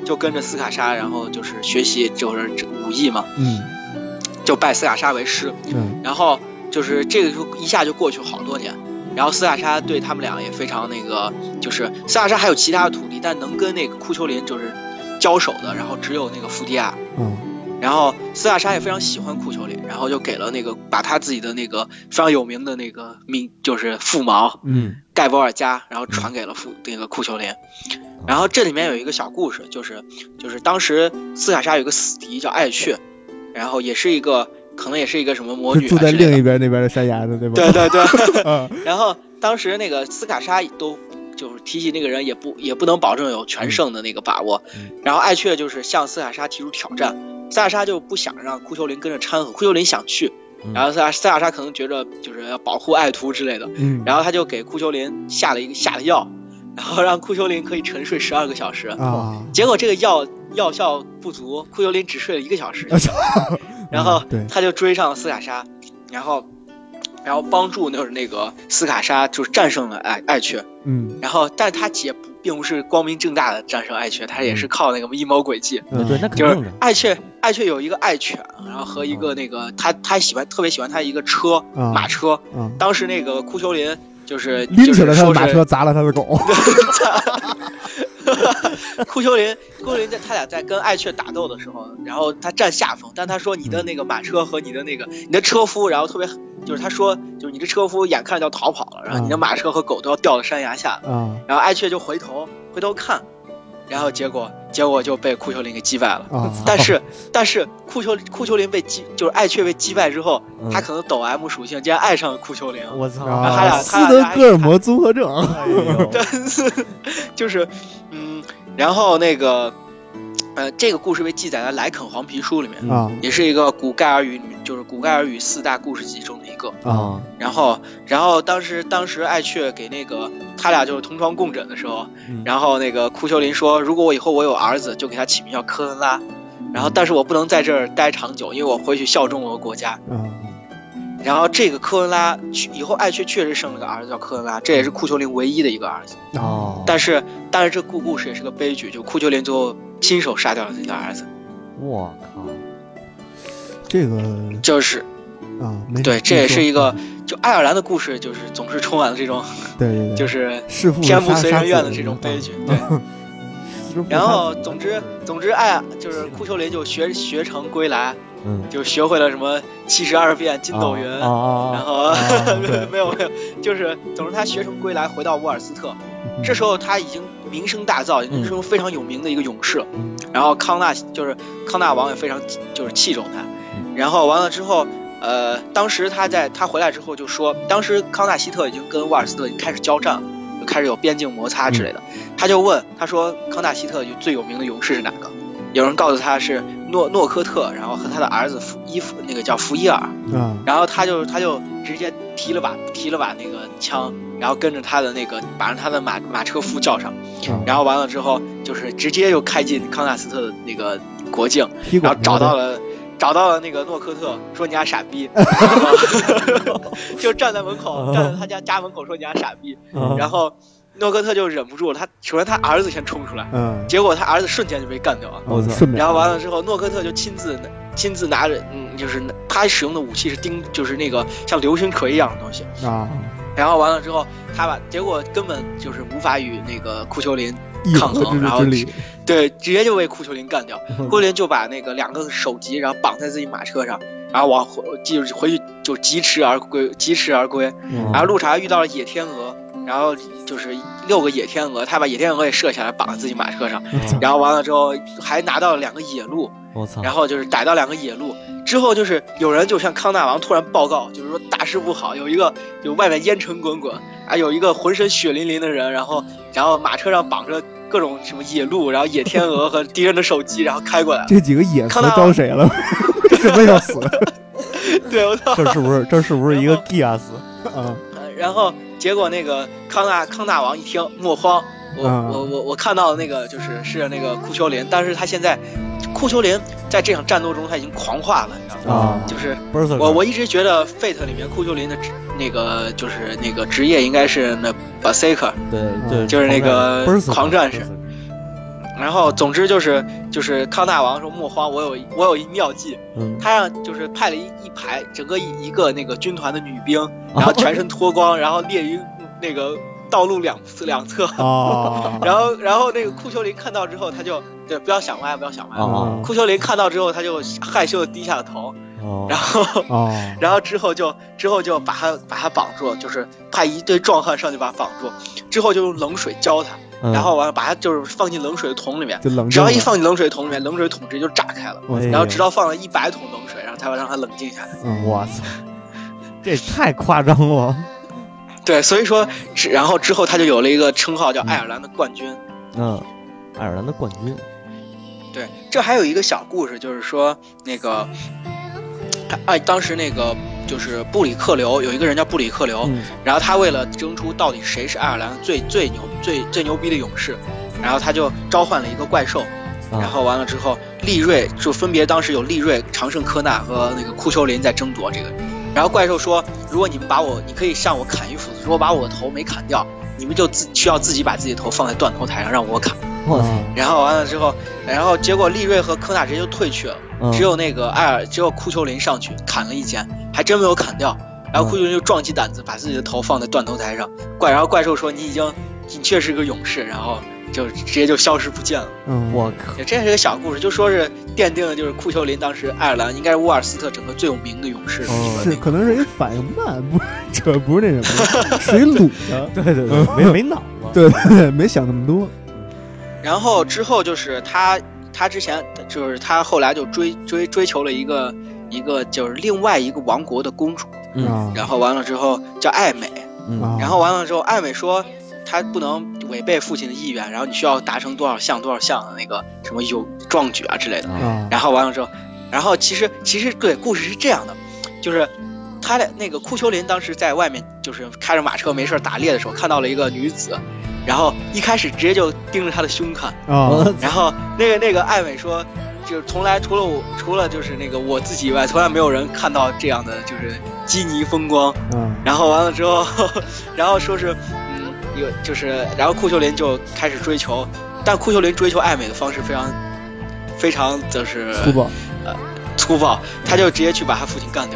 就跟着斯卡莎，然后就是学习就是武艺嘛， 嗯， 就拜斯卡莎为师， 嗯， 然后就是这个就一下就过去好多年，然后斯卡莎对他们俩也非常那个，就是斯卡莎还有其他的徒弟，但能跟那个库丘林就是交手的，然后只有那个福迪亚， 嗯， 然后斯卡莎也非常喜欢库丘林，然后就给了那个把他自己的那个非常有名的那个名就是腹矛， 嗯， 盖博尔加，然后传给了富那个库丘林。然后这里面有一个小故事，就是就是当时斯卡莎有个死敌叫艾雀，然后也是一个可能也是一个什么魔女、啊， 住在另一边那边的山崖的，对吧？ 对对对。 嗯、 然后当时那个斯卡莎都就是提起那个人也不也不能保证有全胜的那个把握， 嗯、 然后艾雀就是向斯卡莎提出挑战，斯卡莎就不想让库丘林跟着掺和，库丘林想去。然后斯卡斯卡莎可能觉着就是要保护爱徒之类的， 嗯， 然后他就给库丘林下了一个下了药，然后让库丘林可以沉睡十二个小时啊。 结果这个药药效不足，库丘林只睡了一个小时，然后他就追上了斯卡莎，然后然后帮助就是那个斯卡莎就是战胜了艾艾雀， 嗯， 然后但是他也不并不是光明正大的战胜艾雀，他也是靠那个阴谋诡计， 嗯，对，那肯定的。 就是艾雀艾雀有一个爱犬，然后和一个那个他他喜欢特别喜欢他一个车、 嗯、 马车， 嗯， 当时那个库丘林就是拎起了他的马车砸了他的狗。 库丘林，库丘林在他俩在跟艾雀打斗的时候，然后他占下风，但他说你的那个马车和你的那个你的车夫，然后特别就是他说就是你的车夫眼看就要逃跑了，然后你的马车和狗都要掉到山崖下了， 嗯， 然后艾雀就回头回头看，然后结果结果就被库丘林给击败了。 啊、 但是但是库丘库丘林被击就是艾雀被击败之后，嗯、他可能抖 M 属性，竟然爱上了库丘林。 我操！ 然后他俩斯德哥尔摩综合症。 但是就是嗯，然后那个呃，这个故事被记载在《莱肯黄皮书》里面啊， 也是一个古盖尔语，就是古盖尔语四大故事集中的一个啊。 然后然后当时当时艾雀给那个他俩就是同床共枕的时候， 嗯、 然后那个库丘林说，如果我以后我有儿子，就给他起名叫科恩拉。然后但是我不能在这儿待长久，因为我回去效忠我的国家。 嗯。 然后这个科恩拉以后，艾雀确实生了个儿子叫科恩拉，这也是库丘林唯一的一个儿子。 哦。 但是但是这故故事也是个悲剧，就库丘林最后亲手杀掉了自己的儿子。 我靠！ 这个就是啊， 对，这也是一个就爱尔兰的故事，就是总是充满了这种对对对， 就是弑父天不随人愿的这种悲剧。对。然后，总之，总之，哎，就是库丘林就学学成归来， 嗯， 就学会了什么七十二变筋斗云， 啊啊、 然后、啊、没有没有，就是总之他学成归来，回到沃尔斯特， 嗯、 这时候他已经名声大噪，已经是非常有名的一个勇士了。 嗯、 然后康纳就是康纳王也非常就是器重他，然后完了之后，呃，当时他在他回来之后就说，当时康纳希特已经跟沃尔斯特已经开始交战了。就开始有边境摩擦之类的，嗯、他就问他说康纳希特最有名的勇士是哪个？有人告诉他是诺诺科特，然后和他的儿子福伊夫那个叫福伊尔， 嗯， 然后他就他就直接提了把提了把那个枪，然后跟着他的那个把他的马马车夫叫上， 嗯、 然后完了之后就是直接就开进康纳斯特的那个国境，然后找到了。找到了那个诺科特，说你家傻逼，就站在门口，站在他家家门口说你家傻逼， 嗯、 然后诺科特就忍不住了，他首先他儿子先冲出来， 嗯， 结果他儿子瞬间就被干掉了， 我操！ 然后完了之后，诺科特就亲自亲自拿着，嗯，就是他使用的武器是钉，就是那个像流星锤一样的东西啊， 然后完了之后，他把结果根本就是无法与那个库丘林抗衡，然后对直接就被库丘林干掉。库丘林就把那个两个首级，然后绑在自己马车上，然后往回就是回去就疾驰而归，疾驰而归。然后路上遇到了野天鹅，然后就是六个野天鹅，他把野天鹅也射下来绑在自己马车上，然后完了之后还拿到了两个野鹿，然后就是逮到两个野鹿之后，就是有人就向康纳王突然报告，就是说大事不好，有一个就外面烟尘滚滚啊，有一个浑身血淋淋的人，然后然后马车上绑着各种什么野鹿，然后野天鹅和敌人的手机，然后开过来。 这几个野蛇招谁了？为什么要死？ 对，我操！ 这是不是这是不是一个 Gias 啊？ 然后结果那个康纳康纳王一听莫慌，我、 嗯、 我我我看到那个就是是那个库丘林，但是他现在库丘林在这场战斗中他已经狂化了，你知道吗？ 啊、 就是我我一直觉得 Fate 里面库丘林的那个就是那个职业应该是那 Berserker， 对对， 就是那个狂战士。 然后总之就是就是康大王说莫慌，我有我有一妙计， 嗯， 他让就是派了一一排整个一一个那个军团的女兵，然后全身脱光，然后列于那个道路两两侧， 哦， 然后然后那个库丘林看到之后，他就对不要想歪不要想歪， 哦库丘林看到之后，他就害羞的低下了头。 哦， 然后， 哦， 然后之后就之后就把他把他绑住，就是派一堆壮汉上去把他绑住，之后就用冷水浇他， 嗯、 然后完了把他就是放进冷水的桶里面， 就冷， 只要一放进冷水桶里面，冷水桶直接就炸开了， 哎、 然后直到放了一百桶冷水，然后才会让他冷静下来。 嗯， 我操，这太夸张了。 对，所以说，然后之后他就有了一个称号叫爱尔兰的冠军。 嗯，爱尔兰的冠军。 对，这还有一个小故事，就是说那个。哎，当时那个就是布里克流有一个人叫布里克流， 嗯、 然后他为了争出到底谁是爱尔兰最最牛最最牛逼的勇士，然后他就召唤了一个怪兽，啊、然后完了之后，利瑞就分别当时有利瑞、常胜科纳和那个库丘林在争夺这个，然后怪兽说，如果你们把我，你可以向我砍一斧子，如果把我的头没砍掉，你们就自需要自己把自己的头放在断头台上让我砍。然后完了之后，然后结果利瑞和科纳直接就退去了，嗯、只有那个艾尔，只有库丘林上去砍了一剑，还真没有砍掉。然后库丘林就壮起胆子，把自己的头放在断头台上。怪，然后怪兽说：“你已经，你确实是个勇士。”然后就直接就消失不见了。 嗯， 我靠， 这是个小故事，就说是奠定了就是库丘林当时爱尔兰应该是沃尔斯特整个最有名的勇士。 哦、是，可能是一个反应慢，不，这不是那什么，水卤的。 对对对，没没脑子。 对对对，没想那么多。 然后之后就是他，他之前就是他后来就追追追求了一个一个就是另外一个王国的公主， 嗯， 然后完了之后叫艾美， 嗯， 然后完了之后艾美说他不能违背父亲的意愿，然后你需要达成多少项多少项的那个什么有壮举啊之类的， 嗯， 然后完了之后，然后其实其实对故事是这样的，就是他的那个库丘林当时在外面就是开着马车没事打猎的时候看到了一个女子。然后一开始直接就盯着他的胸看， 哦， 然后那个那个艾美说，就是从来除了我除了就是那个我自己以外，从来没有人看到这样的就是基尼风光。 嗯， 然后完了之后，呵呵然后说是嗯有就是，然后库丘林就开始追求，但库丘林追求艾美的方式非常非常就是粗暴， 呃粗暴，他就直接去把他父亲干掉，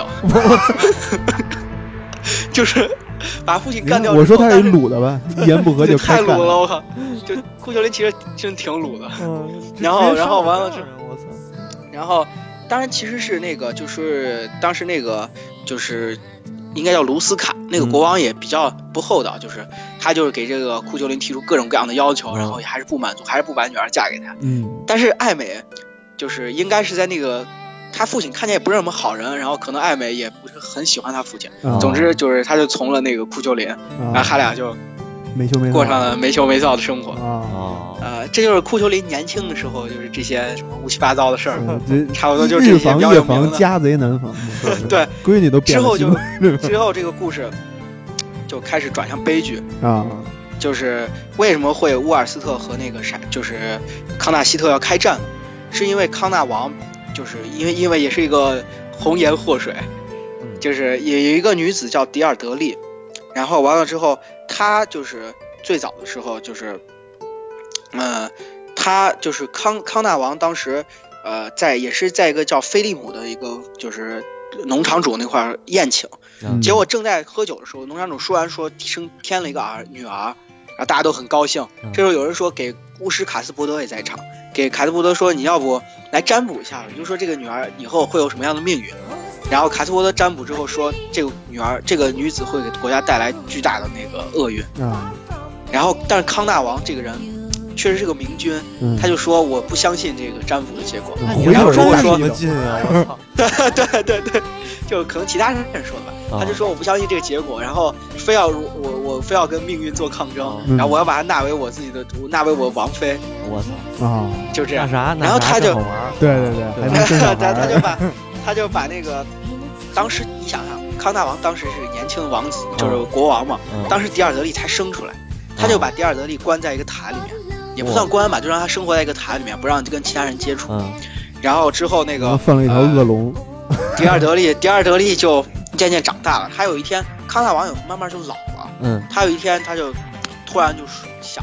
就是。把父亲干掉。 我说他是鲁的吧，一言不合就开干。 太鲁了，我靠！就库丘林其实真挺鲁的。 嗯， 然后，然后完了之后， 我操！ 然后，当然其实是那个，就是当时那个，就是应该叫卢斯卡那个国王也比较不厚道，就是他就是给这个库丘林提出各种各样的要求， 嗯、 然后还是不满足，还是不把女儿嫁给他。 嗯。 但是艾美，就是应该是在那个。他父亲看起来也不是什么好人，然后可能艾美也不是很喜欢他父亲。 哦、 总之就是，他就从了那个库丘林， 哦、 然后他俩就没羞没过上了没羞没臊的生活。 哦， 呃，这就是库丘林年轻的时候，就是这些什么乌七八糟的事儿， 嗯、 差不多就是这些比较有名的。 日防夜防，家贼难防。 对， 闺女都变了。 之后就之后这个故事就开始转向悲剧啊。 就是为什么会乌尔斯特和那个啥，就是康纳希特要开战，是因为康纳王。就是因为因为也是一个红颜祸水，就是也有一个女子叫迪尔德利，然后完了之后，她就是最早的时候就是，呃，她就是康康纳王当时呃在也是在一个叫菲利姆的一个就是农场主那块宴请， 嗯、 结果正在喝酒的时候，农场主说完说生添了一个儿女儿，然后大家都很高兴，这时候有人说给巫师卡斯伯德也在场。给卡斯伯德说你要不来占卜一下，你就说这个女儿以后会有什么样的命运，然后卡斯伯德占卜之后说这个女儿这个女子会给国家带来巨大的那个厄运， 嗯， 然后但是康纳王这个人确实是个明君， 嗯、 他就说我不相信这个占卜的结果， 嗯、 然后说我说什么劲啊，我操， 对对对对，就可能其他人说的吧。他就说我不相信这个结果，然后非要我我非要跟命运做抗争， 嗯、 然后我要把她纳为我自己的族，纳为我王妃。 我操啊， 就这样。 那啥， 然后他就对对对，还能生小孩。 他他就把他就把那个当时你想想，康纳王当时是年轻的王子，就是国王嘛， 嗯、 当时迪尔德利才生出来，他就把迪尔德利关在一个塔里面，也不算关吧，就让他生活在一个塔里面，不让跟其他人接触。 嗯、 然后之后那个放了一条恶龙， 呃、迪尔德利迪尔德利就。渐渐长大了，他有一天康纳王有慢慢就老了， 嗯， 他有一天他就突然就想，就是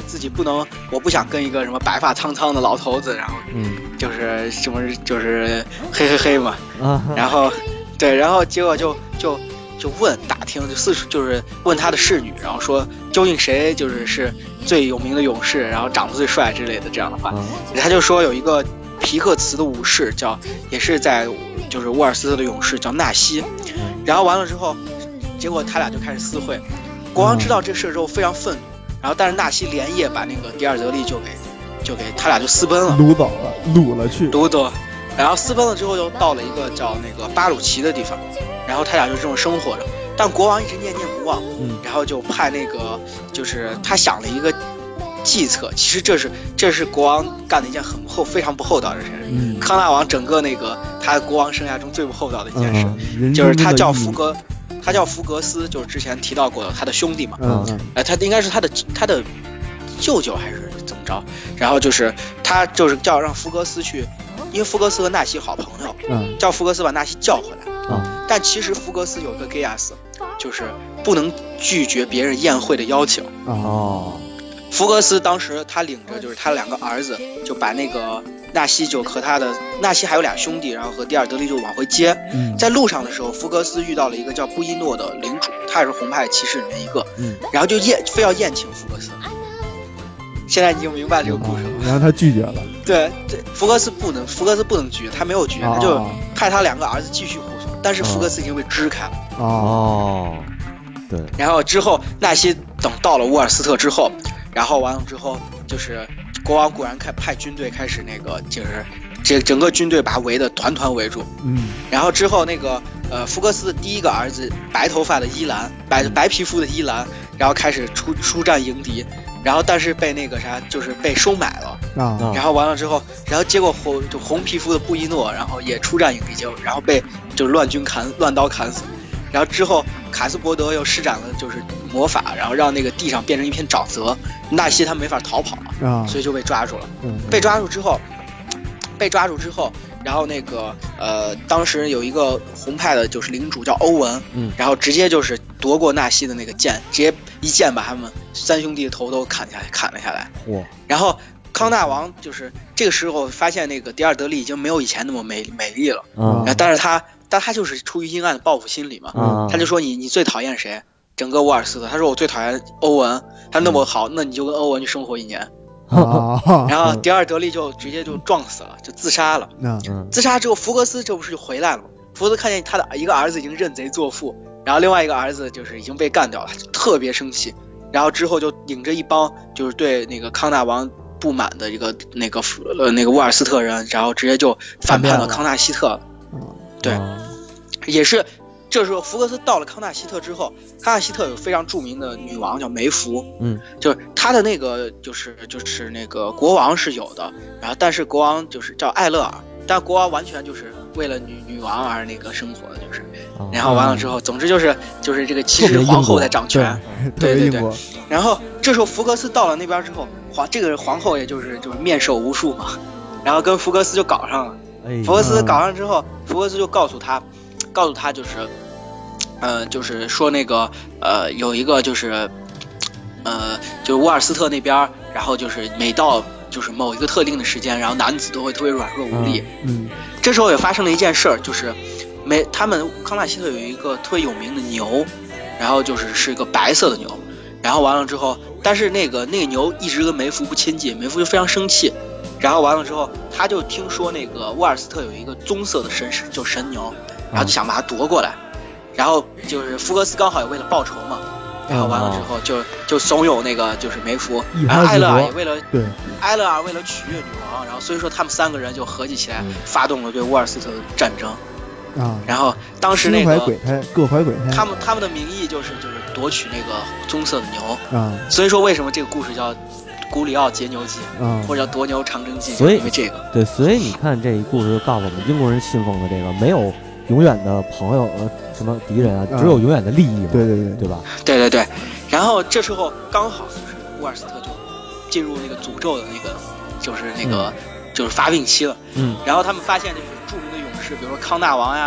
自己不能，我不想跟一个什么白发苍苍的老头子，然后嗯， 就是什么就是嘿嘿嘿嘛， 啊， 然后对，然后结果就就就问打听，就四处就是问他的侍女，然后说究竟谁就是是最有名的勇士，然后长得最帅之类的这样的话， 啊他就说有一个皮克茨的武士叫，也是在就是沃尔斯特的勇士叫纳西，然后完了之后，结果他俩就开始私会，国王知道这事之后非常愤怒，然后但是纳西连夜把那个迪尔德利就给就给他俩就私奔了， 掳走了，掳了去， 掳走，然后私奔了之后又到了一个叫那个巴鲁奇的地方，然后他俩就这种生活着，但国王一直念念不忘， 嗯， 然后就派那个就是他想了一个计策，其实这是这是国王干的一件很厚非常不厚道的事。 嗯， 康纳王整个那个他国王生涯中最不厚道的一件事， 嗯、 就是他叫福格，他叫福格斯，就是之前提到过的他的兄弟嘛， 嗯嗯， 呃，他应该是他的他的舅舅还是怎么着？然后就是他就是叫让福格斯去，因为福格斯和纳西好朋友， 嗯， 叫福格斯把纳西叫回来。 啊， 但其实福格斯有个 g a y a s 就是不能拒绝别人宴会的邀请。 哦， 福格斯当时他领着就是他两个儿子，就把那个纳西就和他的纳西还有俩兄弟，然后和迪尔德利就往回接。 嗯， 在路上的时候，福格斯遇到了一个叫布伊诺的领主，他也是红派骑士里面一个， 嗯， 然后就宴非要宴请福格斯。现在你就明白这个故事了。 嗯、然后他拒绝了。 对，对，福格斯不能，福格斯不能拒绝，他没有拒绝，他就派他两个儿子继续护送，但是福格斯已经被支开了。 哦，对。 然后之后，纳西等到了沃尔斯特之后，然后完了之后，就是国王果然开派军队开始那个，就是这整个军队把他围的团团围住。 嗯。 然后之后那个呃，福格斯的第一个儿子，白头发的伊兰，白白皮肤的伊兰，然后开始出出战迎敌。然后但是被那个啥就是被收买了啊， 然后完了之后，然后结果红就红皮肤的布伊诺，然后也出战迎敌，结果然后被就是乱军砍乱刀砍死，然后之后卡斯伯德又施展了就是魔法，然后让那个地上变成一片沼泽，纳西他没法逃跑了啊， 所以就被抓住了。 嗯， 被抓住之后，被抓住之后，然后那个呃，当时有一个红派的就是领主叫欧文， 嗯， 然后直接就是夺过纳西的那个剑，直接一剑把他们三兄弟的头都砍下来，砍了下来。 哇！ 然后康大王就是这个时候发现那个迪尔德利已经没有以前那么美美丽了， 啊， 然后但是他但他就是出于阴暗的报复心理嘛， 啊， 他就说你你最讨厌谁？整个沃尔斯特，他说我最讨厌欧文，他那么好，那你就跟欧文去生活一年。 啊， 然后迪尔德利就直接就撞死了，就自杀了。 嗯， 自杀之后，福格斯这不是就回来了吗？福格斯看见他的一个儿子已经认贼作父，然后另外一个儿子就是已经被干掉了，特别生气。然后之后就领着一帮就是对那个康纳王不满的一个那个呃那个沃尔斯特人，然后直接就反叛了康纳希特了。对， 啊， 也是。这时候福格斯到了康纳希特之后，康纳希特有非常著名的女王叫梅芙， 嗯， 就是他的那个就是就是那个国王是有的，然后但是国王就是叫艾勒尔，但国王完全就是为了女女王而那个生活的，就是，然后完了之后，总之就是就是这个其实皇后在掌权，对对对。然后这时候福格斯到了那边之后，皇这个皇后也就是就是面授无数嘛，然后跟福格斯就搞上了，福格斯搞上之后，福格斯就告诉他。告诉他就是，呃，就是说那个呃，有一个就是，呃，就是沃尔斯特那边，然后就是每到就是某一个特定的时间，然后男子都会特别软弱无力。 嗯，嗯这时候也发生了一件事儿，就是每他们康纳希特有一个特别有名的牛，然后就是是一个白色的牛，然后完了之后，但是那个那个牛一直跟梅芙不亲近，梅芙就非常生气。然后完了之后，他就听说那个沃尔斯特有一个棕色的神就神牛。然后就想把它夺过来，然后就是福格斯刚好也为了报仇嘛，然后完了之后就就怂恿那个就是梅芙，然后艾勒尔也为了对艾勒尔为了取悦女王，然后所以说他们三个人就合计起来发动了对沃尔斯特的战争啊。 然后当时那个各怀鬼胎，各怀鬼胎， 他们他们的名义就是就是夺取那个棕色的牛啊。 所以说为什么这个故事叫古里奥劫牛记， 啊， 或者叫夺牛长征记， 所以因为这个对，所以你看这一故事就告诉我们，英国人信奉的这个没有永远的朋友呃什么敌人啊，只有永远的利益嘛， 对对对， 对吧？ 对对对。然后这时候刚好就是沃尔斯特就进入那个诅咒的那个，就是那个、嗯、就是发病期了。 嗯。 然后他们发现就是著名的勇士，比如说康纳王呀，就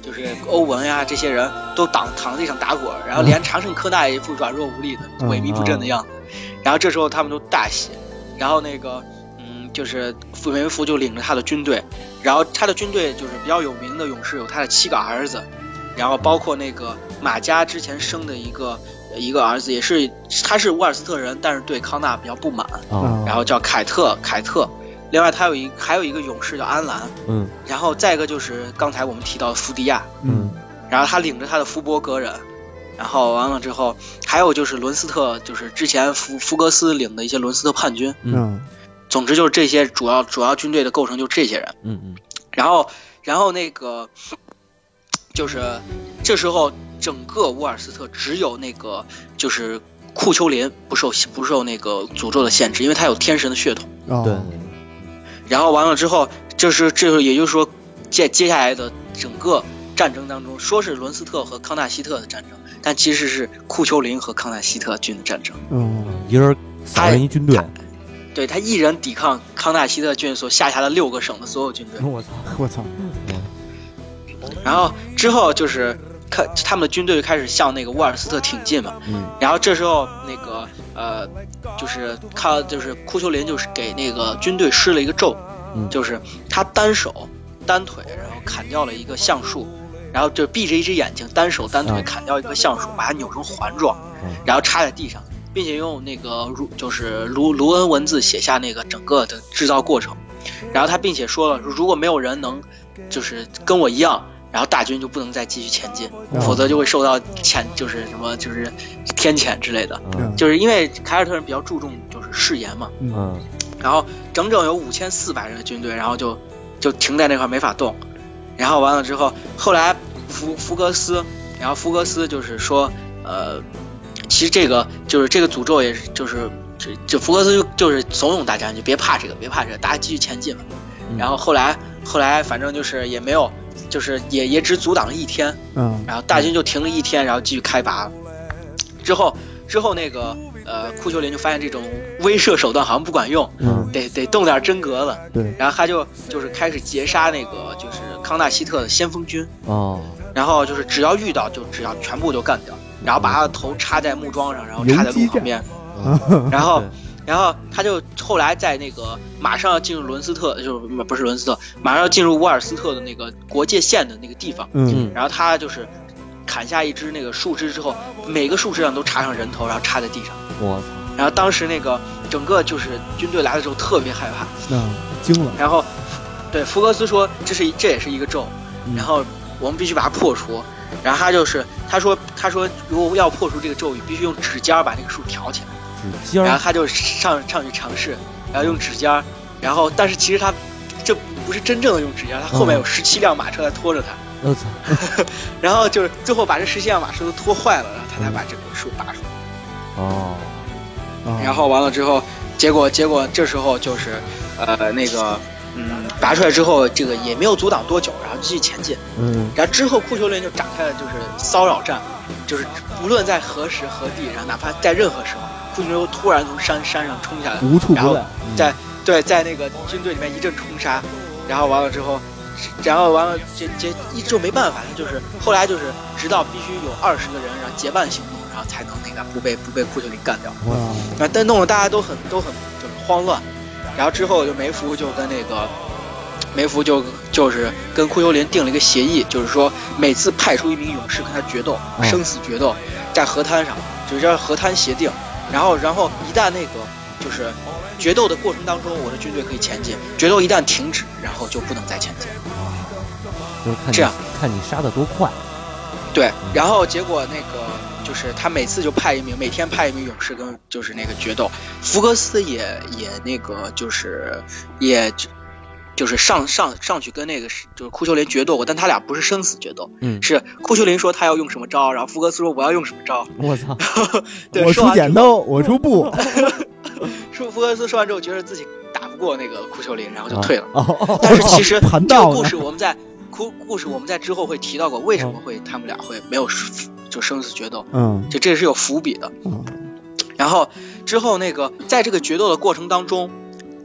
就是欧文呀这些人都躺躺在地上打滚，然后连常胜科纳也一副软弱无力的萎靡不振的样子。然后这时候他们都大喜，然后那个嗯，就是傅梅福就领着他的军队，然后他的军队就是比较有名的勇士有他的七个儿子，然后包括那个马加之前生的一个一个儿子，也是他是乌尔斯特人，但是对康纳比较不满， 哦、 然后叫凯特凯特。另外他有一还有一个勇士叫安兰， 嗯， 然后再一个就是刚才我们提到的福迪亚， 嗯， 然后他领着他的福伯格人，然后完了之后还有就是伦斯特，就是之前福福格斯领的一些伦斯特叛军， 嗯， 总之就是这些主要主要军队的构成就这些人， 嗯嗯， 然后然后那个就是这时候整个乌尔斯特只有那个就是库丘林不受不受那个诅咒的限制，因为他有天神的血统， 哦、 对。 然后完了之后，就是这也就是说，接接下来的整个战争当中，说是伦斯特和康纳希特的战争，但其实是库丘林和康纳希特军的战争。 嗯， 一人扫人一军队， 他对他一人抵抗康纳希特军所下辖的六个省的所有军队。 我操！ 我操！ 然后之后就是看他们的军队就开始向那个沃尔斯特挺进嘛。 嗯。 然后这时候那个呃，就是他就是库丘林就是给那个军队施了一个咒， 嗯、 就是他单手单腿，然后砍掉了一个橡树，然后就闭着一只眼睛，单手单腿砍掉一棵橡树，把它扭成环状，然后插在地上，并且用那个就是卢卢恩文字写下那个整个的制造过程。然后他并且说了，如果没有人能就是跟我一样，然后大军就不能再继续前进， 嗯、 否则就会受到谴就是什么就是天谴之类的。 嗯、 就是因为凯尔特人比较注重就是誓言嘛。 嗯。 然后整整有五千四百人的军队，然后就就停在那块没法动。然后完了之后，后来福福格斯，然后福格斯就是说，呃，其实这个就是这个诅咒也是就是就就福格斯就就是怂恿大家就别怕这个别怕这个，大家继续前进嘛。然后后来后来反正就是也没有，就是也也只阻挡了一天， 嗯， 然后大军就停了一天，然后继续开拔了。之后之后那个呃库丘林就发现这种威慑手段好像不管用， 嗯， 得得动点真格了， 对， 然后他就就是开始截杀那个就是康纳希特的先锋军， 哦， 然后就是只要遇到就只要全部就干掉，然后把他的头插在木桩上，然后插在路旁边，然后。然后他就后来在那个马上要进入伦斯特，就是不是伦斯特，马上要进入沃尔斯特的那个国界线的那个地方， 嗯， 然后他就是砍下一只那个树枝之后，每个树枝上都插上人头，然后插在地上。 我操！ 然后当时那个整个就是军队来的时候特别害怕， 嗯，惊了。 然后对福格斯说这是这也是一个咒，然后我们必须把它破除。然后他就是他说他说如果要破除这个咒语，必须用指尖把那个树挑起来。 指尖， 然后他就上上去尝试，然后用指尖，然后但是其实他这不是真正的用指尖，他后面有十七辆马车在拖着他。 我操！ 然后就是最后把这十七辆马车都拖坏了，然后他才把这个树拔出来。 哦。 然后完了之后，结果结果这时候就是呃那个嗯拔出来之后，这个也没有阻挡多久，然后继续前进。 嗯。 然后之后库丘林就展开了就是骚扰战，就是无论在何时何地，然后哪怕在任何时候。库丘林突然从山山上冲下来， 无处不在， 在对在那个军队里面一阵冲杀，然后完了之后，然后完了这这一直没办法，就是后来就是直到必须有二十个人，然后结伴行动，然后才能那个不被不被库丘林干掉。 哇！ 啊，但弄得大家都很都很就是慌乱，然后之后就梅福就跟那个梅福就就是跟库丘林定了一个协议，就是说每次派出一名勇士跟他决斗， 哦、 生死决斗，在河滩上，就是叫河滩协定。然后，然后一旦那个就是决斗的过程当中，我的军队可以前进；决斗一旦停止，然后就不能再前进。 就是看这样， 看你杀得多快。 对，然后结果那个就是他每次就派一名，每天派一名勇士跟就是那个决斗。福格斯也也那个就是也。就是上上上去跟那个就是库丘林决斗过，但他俩不是生死决斗， 嗯， 是库丘林说他要用什么招，然后福格斯说我要用什么招， 我操， 对， 我出剪刀，我出布， 说福格斯说完之后觉得自己打不过那个库丘林，然后就退了。 哦哦， 但是其实盘这个故事我们在故故事我们在之后会提到过，为什么会他们俩会没有就生死决斗， 嗯， 就这是有伏笔的。 嗯， 然后之后那个在这个决斗的过程当中。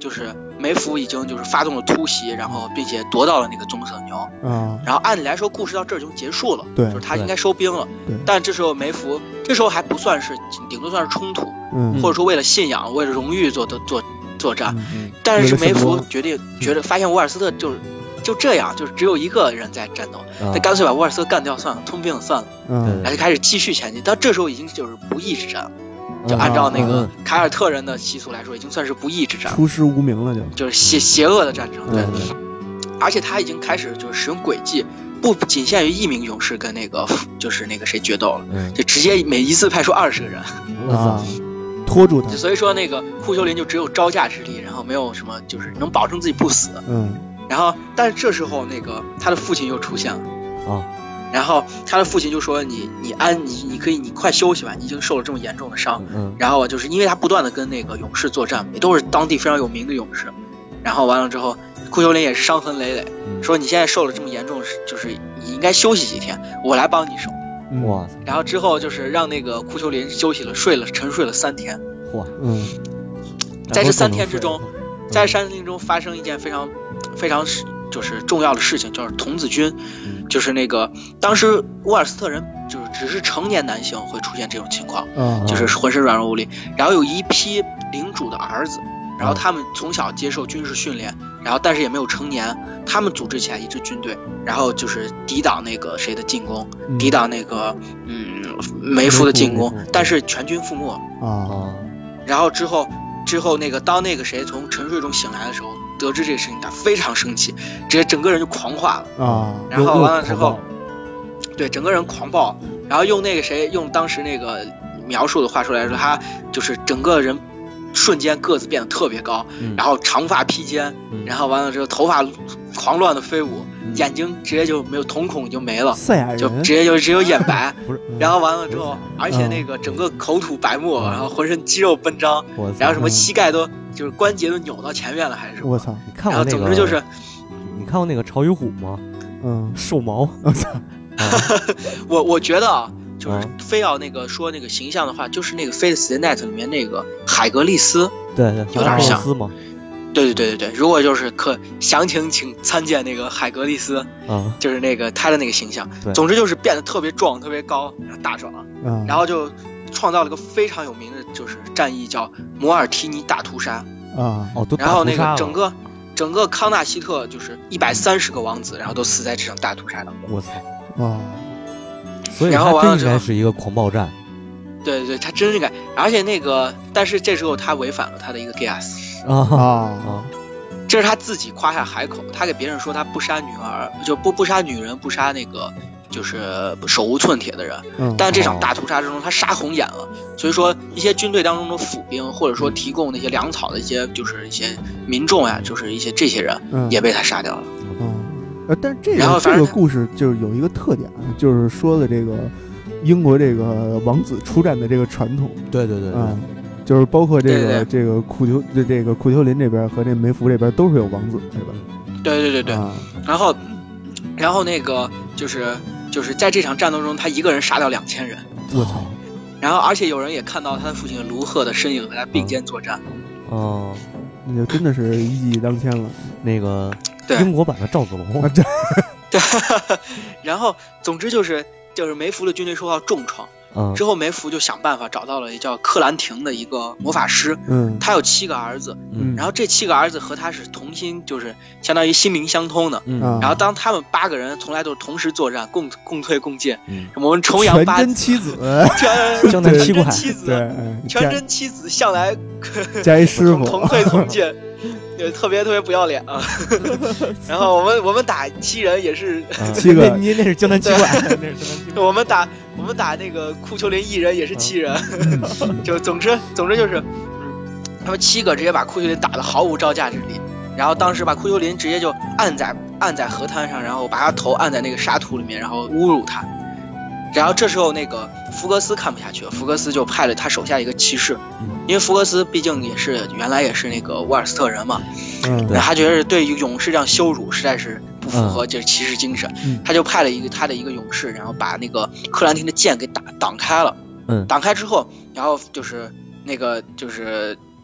就是梅芙已经就是发动了突袭，然后并且夺到了那个棕色牛啊。 然后按理来说，故事到这儿就结束了， 对， 就是他应该收兵了。 对。 但这时候梅芙这时候还不算是，顶多算是冲突， 嗯， 或者说为了信仰、为了荣誉做的做作战。 嗯。 但是梅芙决定觉得发现沃尔斯特就是就这样，就是只有一个人在战斗，他、嗯、干脆把沃尔斯特干掉算了，通病算了， 嗯， 然后就开始继续前进。到这时候已经就是不义之战了。就按照那个凯尔特人的习俗来说，已经算是不义之战， 出师无名了就， 就是邪邪恶的战争。对， 嗯、 而且他已经开始就是使用诡计，不仅限于一名勇士跟那个就是那个谁决斗了， 嗯、 就直接每一次派出二十个人， 啊，拖住他。 所以说那个库丘林就只有招架之力，然后没有什么就是能保证自己不死。 嗯， 然后但是这时候那个他的父亲又出现了啊。 然后他的父亲就说你你安你你可以你快休息吧，你已经受了这么严重的伤。 嗯， 然后就是因为他不断的跟那个勇士作战，也都是当地非常有名的勇士。然后完了之后，库丘林也是伤痕累累， 嗯、 说你现在受了这么严重，就是你应该休息几天，我来帮你守。 哇、嗯！ 然后之后就是让那个库丘林休息了，睡了沉睡了三天。 哇， 嗯， 在这三天之中，在山林中发生一件非常非常就是重要的事情，就是童子军。就是那个当时沃尔斯特人就是只是成年男性会出现这种情况， 嗯、 就是浑身软弱无力。然后有一批领主的儿子，然后他们从小接受军事训练，然后但是也没有成年，他们组织起来一支军队，然后就是抵挡那个谁的进攻， 嗯、 抵挡那个嗯梅芙的进攻，但是全军覆没啊。 然后之后之后那个当那个谁从沉睡中醒来的时候，得知这个事情，他非常生气，直接整个人就狂化了啊！ 然后完了之后，对整个人狂暴，然后用那个谁用当时那个描述的话说来说，他就是整个人瞬间个子变得特别高， 嗯、 然后长发披肩， 嗯、 然后完了之后头发狂乱的飞舞，嗯、眼睛直接就没有瞳孔就没了， 赛亚人就直接就只有眼白， 不是， 然后完了之后，而且那个整个口吐白沫， 嗯、 然后浑身肌肉奔张，然后什么膝盖都。就是关节都扭到前面了，还是什么？ 我操！ 你看过那个？ 总之就是， 你看过那个潮与虎吗？ 嗯， 兽毛。 我操！ 我我觉得啊，就是非要那个说那个形象的话，就是那个《Fate Stay Night》里面那个海格力斯， 对对， 有点像吗？ 对对对对对，如果就是可详情请参见那个海格力斯， 嗯， 就是那个他的那个形象。总之就是变得特别壮、特别高，然后大壮， 嗯， 然后就。创造了个非常有名的就是战役，叫摩尔提尼大屠杀啊！ 哦，都然后那个整个整个康纳希特就是一百三十个王子，然后都死在这场大屠杀当中。 我操！ 啊！ 所以它真应该是一个狂暴战。 对对对，他真应该，而且那个，但是这时候他违反了他的一个 gas 啊啊！ 这是他自己夸下海口，他给别人说他不杀女儿，就不不杀女人，不杀那个。就是手无寸铁的人， 嗯、 但这场大屠杀之中，他杀红眼了。所以说，一些军队当中的府兵，或者说提供那些粮草的一些，就是一些民众呀，就是一些这些人， 嗯、 也被他杀掉了。 嗯，呃，但是这个这个故事就是有一个特点，就是说的这个英国这个王子出战的这个传统。 对对对对， 嗯，就是包括这个对对对这个库丘这个库丘林这边和这梅芙这边都是有王子，对吧？ 对对对对， 啊、 然后，然后那个就是。就是在这场战斗中，他一个人杀掉两千人。 我操！ 然后，而且有人也看到他的父亲卢赫的身影和他并肩作战。 哦， 那就真的是一骑当千了。 那个英国版的赵子龙。 对。 对。然后，总之就是就是梅芙的军队受到重创。 嗯。 之后，梅芙就想办法找到了叫克兰廷的一个魔法师。 嗯。 他有七个儿子。 嗯。 然后这七个儿子和他是同心，就是相当于心灵相通的。 嗯。 然后当他们八个人从来都是同时作战，共共退共进。 嗯。 我们重阳八全真七子， 全江南七怪， 七子， 对， 全真七子向来加一师傅， 同退同进。对，特别特别不要脸啊！然后我们我们打七人也是、 啊、七个， 你那是江南七怪， 我们打我们打那个库丘林一人也是七人，就总之总之就是，嗯，他们七个直接把库丘林打得毫无招架之力，然后当时把库丘林直接就按在按在河滩上，然后把他头按在那个沙土里面，然后侮辱他。然后这时候那个福格斯看不下去了，福格斯就派了他手下一个骑士，因为福格斯毕竟也是原来也是那个沃尔斯特人嘛， 嗯， 他觉得对于勇士这样羞辱实在是不符合就是骑士精神， 嗯、 他就派了一个他的一个勇士，然后把那个克兰廷的剑给打挡开了， 嗯， 挡开之后，然后就是那个就是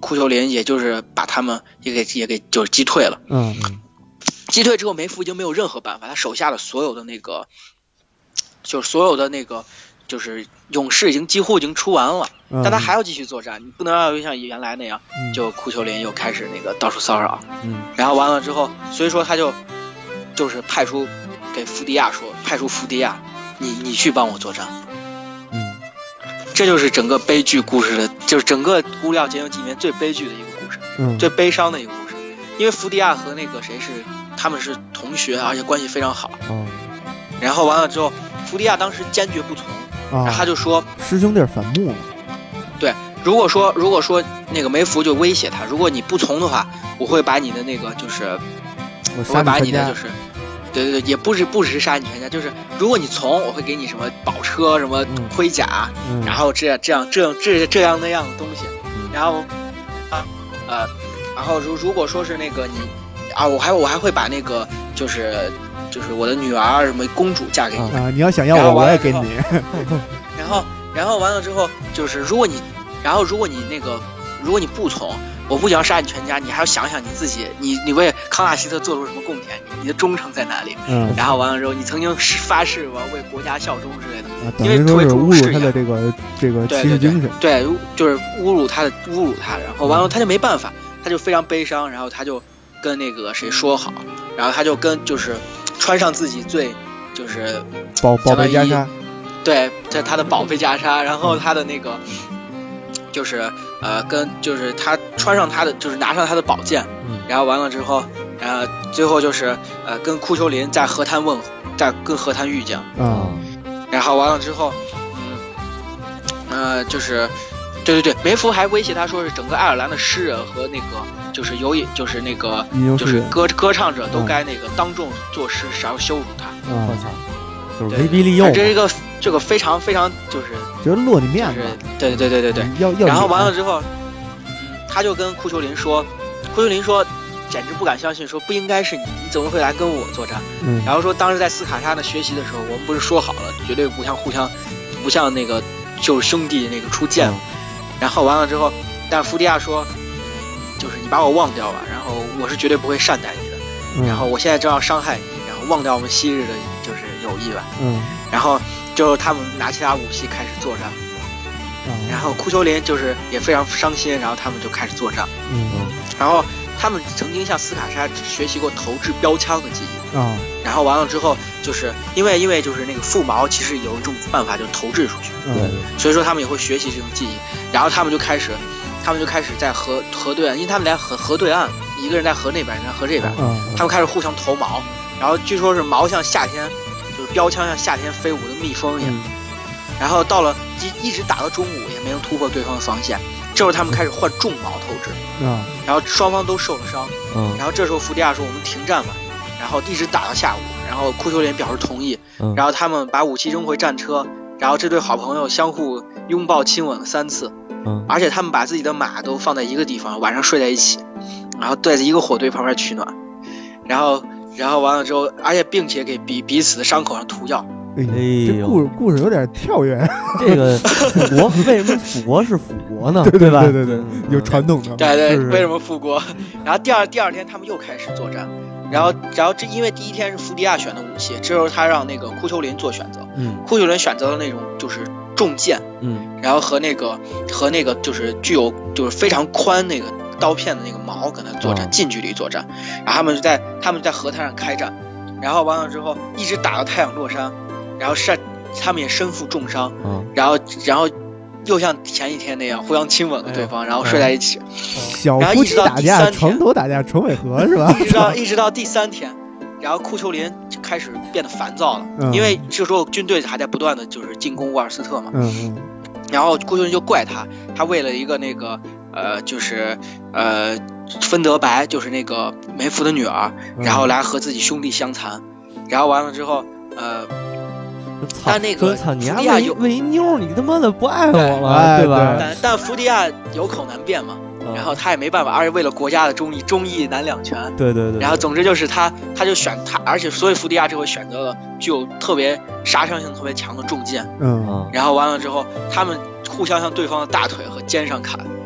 库丘林也就是把他们也给也给就是击退了。 嗯， 击退之后，梅芙已经没有任何办法，他手下的所有的那个，就是所有的那个，就是勇士已经几乎已经出完了， 嗯、 但他还要继续作战，你不能让像原来那样， 嗯、 就库丘林又开始那个到处骚扰。 嗯， 然后完了之后，所以说他就就是派出给福迪亚说，派出福迪亚，你你去帮我作战。 嗯， 这就是整个悲剧故事的，就是整个《乌里奥监狱记》里面最悲剧的一个故事， 嗯， 最悲伤的一个故事。因为福迪亚和那个谁是他们是同学，而且关系非常好。 哦， 然后完了之后，福迪亚当时坚决不从， 啊、 然后他就说师兄弟反目了。 对，如果说如果说那个梅芙就威胁他，如果你不从的话，我会把你的那个就是我会把你的就是。对对对，也不是不只是杀你全家，就是如果你从，我会给你什么宝车、什么盔甲， 嗯、 然后这样这样这样这这样那样的东西，然后啊呃，然后如如果说是那个你啊，我还我还会把那个就是就是我的女儿什么公主嫁给你啊，你要想要我我也给你。 然后然后完了之后就是如果你然后如果你那个如果你不从。我不仅要杀你全家，你还要想想你自己，你你为康纳希特做出什么贡献，你你的忠诚在哪里？ 嗯， 然后完了之后，你曾经发誓我要为国家效忠之类的， 啊、 因为特别侮辱他的这个这个骑士精神， 对，对，对，就是侮辱他的侮辱他，然后完了他就没办法，他就非常悲伤，然后他就跟那个谁说好，然后他就跟就是穿上自己最就是宝宝贝袈裟， 对，这他的宝贝袈裟，然后他的那个。就是呃，跟就是他穿上他的，就是拿上他的宝剑， 嗯、 然后完了之后，然后最后就是呃，跟库丘林在河滩问，在跟河滩遇见， 嗯， 然后完了之后，嗯，呃，就是对对对，梅芙还威胁他说是整个爱尔兰的诗人和那个就是有就是那个就是歌歌唱者都该那个当众作诗，然后羞辱他。 我操、嗯，就是威逼利诱。 这是一个这个非常非常就是就是落你面子。 对对对对对对。 要要。 然后完了之后，嗯，他就跟库丘林说，库丘林说简直不敢相信，说不应该是你，你怎么会来跟我作战？ 嗯。 然后说当时在斯卡沙呢学习的时候，我们不是说好了，绝对不像互相，不像那个就是兄弟那个出剑。嗯、然后完了之后，但是福迪亚说，就是你把我忘掉吧，然后我是绝对不会善待你的。 嗯、 然后我现在正要伤害你，然后忘掉我们昔日的就是友谊吧。 嗯。 然后就他们拿起他武器开始作战。 嗯。 然后库丘林就是也非常伤心，然后他们就开始作战。 嗯。 然后他们曾经向斯卡沙学习过投掷标枪的技艺。 啊。 然后完了之后，就是因为因为就是那个腹毛其实有一种办法就是投掷出去。 对。 所以说他们也会学习这种技艺，然后他们就开始，他们就开始在河河对岸，因为他们俩河河对岸，一个人在河那边，一个人在河这边， 嗯、 他们开始互相投矛，然后据说是矛像夏天，就是标枪像夏天飞舞的蜜蜂一样，嗯、然后到了一一直打到中午也没能突破对方的防线，这时候他们开始换重矛投掷， 嗯、 然后双方都受了伤， 嗯、 然后这时候福迪亚说我们停战吧，然后一直打到下午，然后库丘林表示同意， 嗯、 然后他们把武器扔回战车。然后这对好朋友相互拥抱亲吻了三次， 嗯， 而且他们把自己的马都放在一个地方，晚上睡在一起，然后对着一个火堆旁边取暖，然后然后完了之后，而且并且给彼彼此的伤口上涂药。 哎呦，这故事故事有点跳跃。 这个复国为什么复国是复国呢？ 对对吧？ 对对对，有传统的。 对对， 是为什么复国？然后第二第二天他们又开始作战。然后，然后这因为第一天是福迪亚选的武器，这时候他让那个库丘林做选择。 嗯， 库丘林选择了那种就是重剑， 嗯， 然后和那个和那个就是具有就是非常宽那个刀片的那个矛跟他作战， 哦、 近距离作战。然后他们就在他们在河滩上开战，然后完了之后一直打到太阳落山，然后是他们也身负重伤， 嗯、 然后然后。又像前一天那样互相亲吻了对方，哎、然后睡在一起。 小夫妻打架，床头打架床尾和是吧？ 一直到一直到第三天，然后库丘林就开始变得烦躁了， 嗯、 因为这时候军队还在不断的就是进攻沃尔斯特嘛。 嗯嗯。 然后库丘林就怪他，他为了一个那个呃就是呃芬德白，就是那个梅芙的女儿，然后来和自己兄弟相残，然后完了之后呃。但那个操你福迪亚有为妞，你他妈的不爱我了， 哎、 对吧？ 但但福迪亚有口难辩嘛， 嗯、 然后他也没办法，而且为了国家的忠义，忠义难两全。 对对 对, 对。 然后总之就是他，他就选他，而且所以福迪亚这回选择了具有特别杀伤性特别强的重剑。 嗯。 然后完了之后，他们互相向对方的大腿和肩上砍，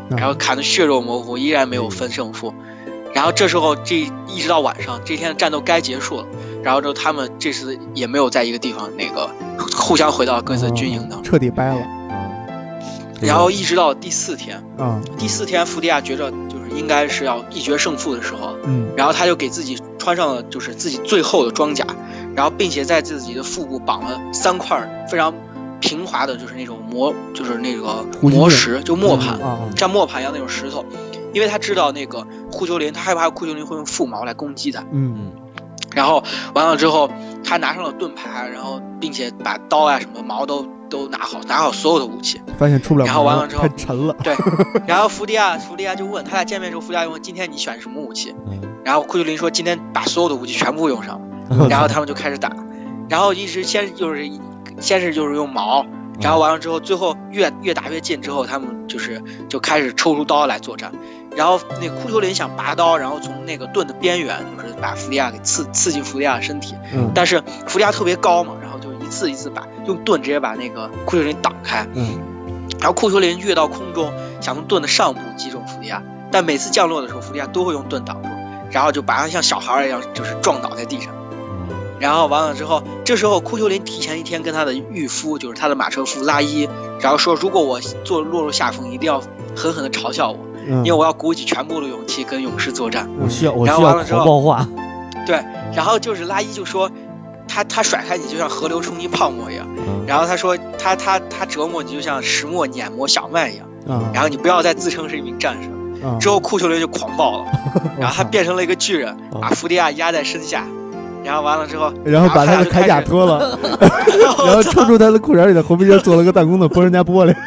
然后砍得血肉模糊，依然没有分胜负。然后这时候这一直到晚上，这天的战斗该结束了，然后之后他们这次也没有在一个地方那个互相回到各自的军营当中， 彻底掰了。 然后一直到第四天， 啊， 第四天福迪亚觉着就是应该是要一决胜负的时候， 嗯， 然后他就给自己穿上了就是自己最厚的装甲，然后并且在自己的腹部绑了三块非常平滑的，就是那种磨，就是那个磨石，就磨盘， 嗯啊、 像磨盘一样那种石头，因为他知道那个库丘林，他害怕库丘林会用腹矛来攻击他， 嗯， 然后完了之后，他拿上了盾牌，然后并且把刀啊什么矛都都拿好，拿好所有的武器， 发现出不了， 然后完了之后太沉了， 对，然后福迪亚福迪亚就问他俩见面的时候，福迪亚就问今天你选什么武器， 嗯、 然后库丘林说今天把所有的武器全部用上了，然后他们就开始打，然后一直先就是先是就是用矛。然后完了之后，最后越越打越近之后，他们就是就开始抽出刀来作战。然后那个库丘林想拔刀，然后从那个盾的边缘，就是把福利亚给刺刺进福利亚的身体。 嗯。 但是福利亚特别高嘛，然后就一次一次把用盾直接把那个库丘林挡开。 嗯。 然后库丘林跃到空中，想从盾的上部击中福利亚，但每次降落的时候，福利亚都会用盾挡住，然后就把他像小孩一样，就是撞倒在地上。然后完了之后，这时候库丘林提前一天跟他的御夫，就是他的马车夫拉伊，然后说如果我做落入下风，一定要狠狠的嘲笑我， 嗯、 因为我要鼓起全部的勇气跟勇士作战。 我需要我需要口爆话。 对，然后就是拉伊就说，他他甩开你就像河流冲击泡沫一样， 嗯、 然后他说他他他折磨你就像石磨碾磨小麦一样， 嗯、 然后你不要再自称是一名战士。 嗯、 之后库丘林就狂暴了，然后他变成了一个巨人，把福迪亚压在身下。然后完了之后， 然后把他的铠甲脱了，然后抽出他的裤衩里的后备箱，做了个弹弓的拨人家玻璃。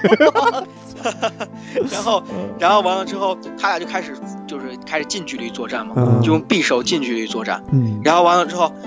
然后，然后完了之后，他俩就开始就是开始近距离作战嘛， 嗯、 就用匕首近距离作战。 嗯。 然后完了之后，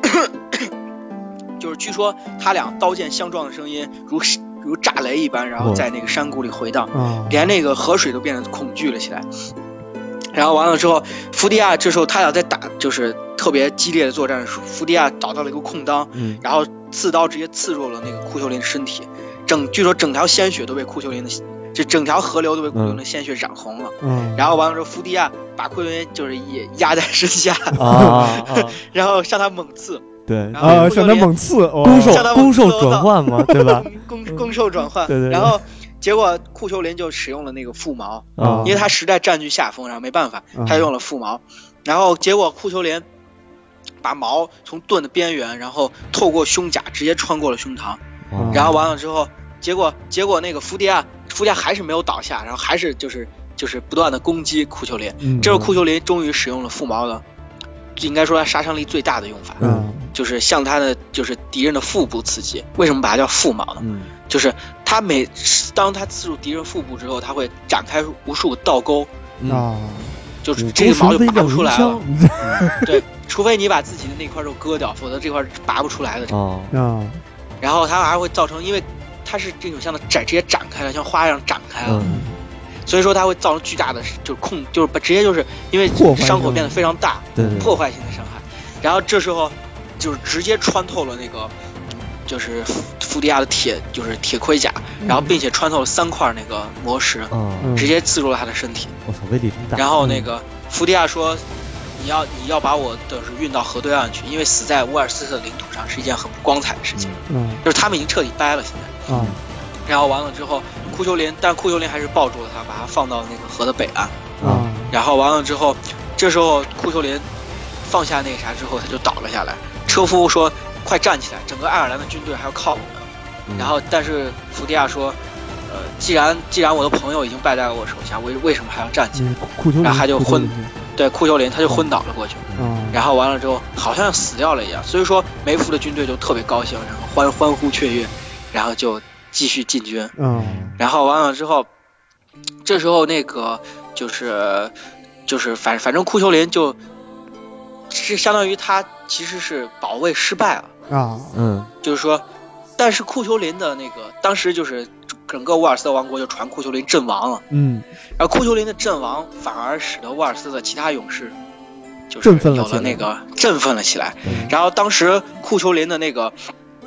就是据说他俩刀剑相撞的声音如如炸雷一般，然后在那个山谷里回荡， 哦、 连那个河水都变得恐惧了起来。然后完了之后，福迪亚这时候他俩在打，就是特别激烈的作战。福迪亚找到了一个空当， 嗯， 然后刺刀直接刺入了那个库丘林的身体，整据说整条鲜血都被库丘林的，这整条河流都被库丘林的鲜血染红了。 嗯， 然后完了之后，福迪亚把库丘林就是也压在身下， 啊啊、 然后向他猛刺。 对， 啊，向他猛刺， 攻受攻受转换嘛，对吧？ 攻攻受转换， 对对。 然后。结果库丘林就使用了那个腹矛， 啊、 因为他实在占据下风，然后没办法，他用了腹矛。然后结果库丘林把矛从盾的边缘，然后透过胸甲直接穿过了胸膛。 啊、 然后完了之后，结果结果那个福迪亚福迪亚还是没有倒下，然后还是就是就是不断的攻击库丘林。 嗯、 这时候库丘林终于使用了腹矛了，应该说他杀伤力最大的用法， 嗯、 就是向他的就是敌人的腹部刺激。为什么把它叫腹矛呢？ 嗯、 就是他每当他刺入敌人腹部之后，他会展开无数个倒钩， 啊、 嗯，就是这个矛就拔不出来了。 嗯、 对，除非你把自己的那块肉割掉，否则这块拔不出来的。 哦啊， 然后它还会造成，因为它是这种像展直接展开了，像花一样展开了， 嗯、 所以说它会造成巨大的就是控，就是直接就是因为伤口变得非常大， 对对， 破坏性的伤害。然后这时候就是直接穿透了那个。就是福迪亚的铁，就是铁盔甲，然后并且穿透了三块那个魔石， 嗯、 直接刺入了他的身体。 我操，威力真大。 然后那个福迪亚说：“你要你要把我的是运到河对岸去，因为死在乌尔斯特的领土上是一件很不光彩的事情。 嗯， 就是他们已经彻底掰了现在。 嗯， 然后完了之后，库丘林，但库丘林还是抱住了他，把他放到那个河的北岸。 嗯， 然后完了之后，这时候库丘林放下那个啥之后，他就倒了下来。车夫说。”快站起来！整个爱尔兰的军队还要靠我们。 嗯、 然后，但是福迪亚说：“呃，既然既然我的朋友已经败在我手下，为为什么还要站起来？” 库丘林， 然后他就昏，对库丘林，他就昏倒了过去。 嗯、 然后完了之后，好像死掉了一样。所以说，梅福的军队就特别高兴，然后欢欢呼雀跃，然后就继续进军。 嗯。 然后完了之后，这时候那个就是就是反反正库丘林就。是相当于他其实是保卫失败了啊， 嗯， 就是说，但是库丘林的那个当时就是整个沃尔斯特王国就传库丘林阵亡了， 嗯， 然后库丘林的阵亡反而使得沃尔斯特的其他勇士就是有了那个振奋了起来，然后当时库丘林的那个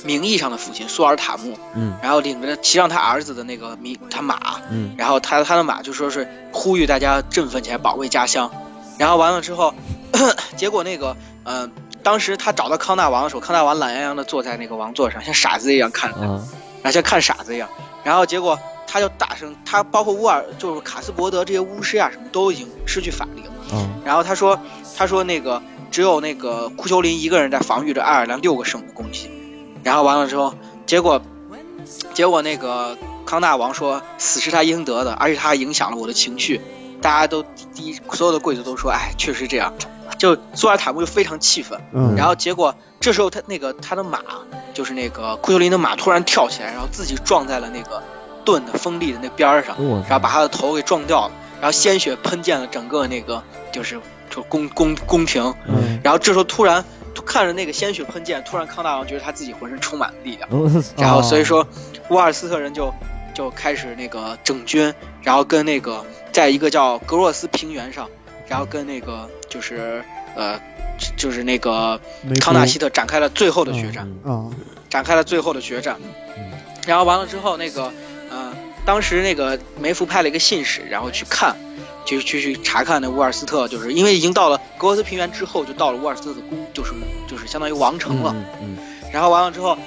名义上的父亲苏尔塔木， 嗯， 然后领着骑上他儿子的那个名他马， 嗯， 然后他他的马就说是呼吁大家振奋起来，保卫家乡。然后完了之后，结果那个呃，当时他找到康纳王的时候，康纳王懒洋洋的坐在那个王座上，像傻子一样看着他，然后像看傻子一样。然后结果他就大声，他包括乌尔就是卡斯伯德这些巫师啊什么都已经失去法力了。 嗯， 然后他说他说那个只有那个库丘林一个人在防御着爱尔兰六个省的攻击。然后完了之后，结果结果那个康纳王说死是他应得的，而且他还影响了我的情绪。大家都第一所有的贵族都说，哎，确实这样。就苏尔塔木就非常气愤， 嗯， 然后结果这时候他那个他的马就是那个库丘林的马突然跳起来，然后自己撞在了那个盾的锋利的那边上，然后把他的头给撞掉了，然后鲜血喷溅了整个那个就是就宫宫宫廷， 嗯， 然后这时候突然看着那个鲜血喷溅，突然康大王觉得他自己浑身充满了力量，然后所以说乌尔斯特人就就开始那个整军，然后跟那个在一个叫格洛斯平原上，然后跟那个就是呃就是那个康纳希特展开了最后的决战， 嗯， 展开了最后的决战，然后完了之后那个呃当时那个梅福派了一个信使，然后去看。去去去查看那乌尔斯特，就是因为已经到了格罗斯平原之后，就到了乌尔斯特的宫，就是就是相当于王城了。 嗯嗯嗯、 然后完了之后，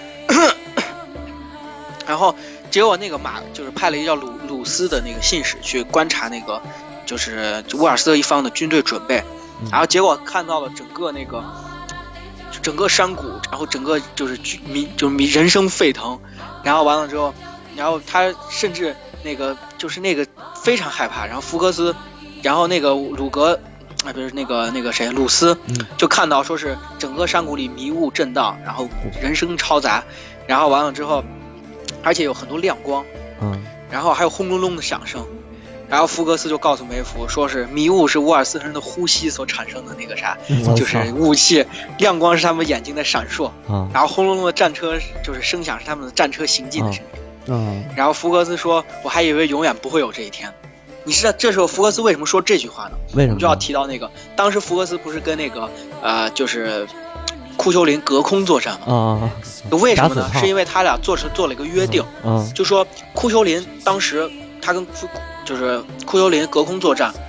然后结果那个马就是派了一个叫鲁鲁斯的那个信使去观察那个就是乌尔斯特一方的军队准备，然后结果看到了整个那个整个山谷，然后整个就是民就是民人声沸腾，然后完了之后，然后他甚至那个就是那个非常害怕，然后福克斯。然后那个鲁格，啊，不是那个那个谁，鲁斯，就看到说是整个山谷里迷雾震荡，然后人声嘈杂，然后完了之后，而且有很多亮光， 嗯， 然后还有轰隆隆的响声，然后福格斯就告诉梅福，说是迷雾是乌尔斯特人的呼吸所产生的那个啥， 嗯、 就是雾气，亮光是他们眼睛在闪烁， 嗯、 然后轰隆隆的战车就是声响是他们的战车行进的声音， 嗯， 然后福格斯说，我还以为永远不会有这一天。你知道这时候福克斯为什么说这句话呢？ 为什么？ 我们就要提到那个，当时福克斯不是跟那个呃，就是库丘林隔空作战吗？ 啊， 为什么呢？是因为他俩做成做了一个约定， 嗯，嗯就说库丘林当时他跟就是库丘林隔空作战，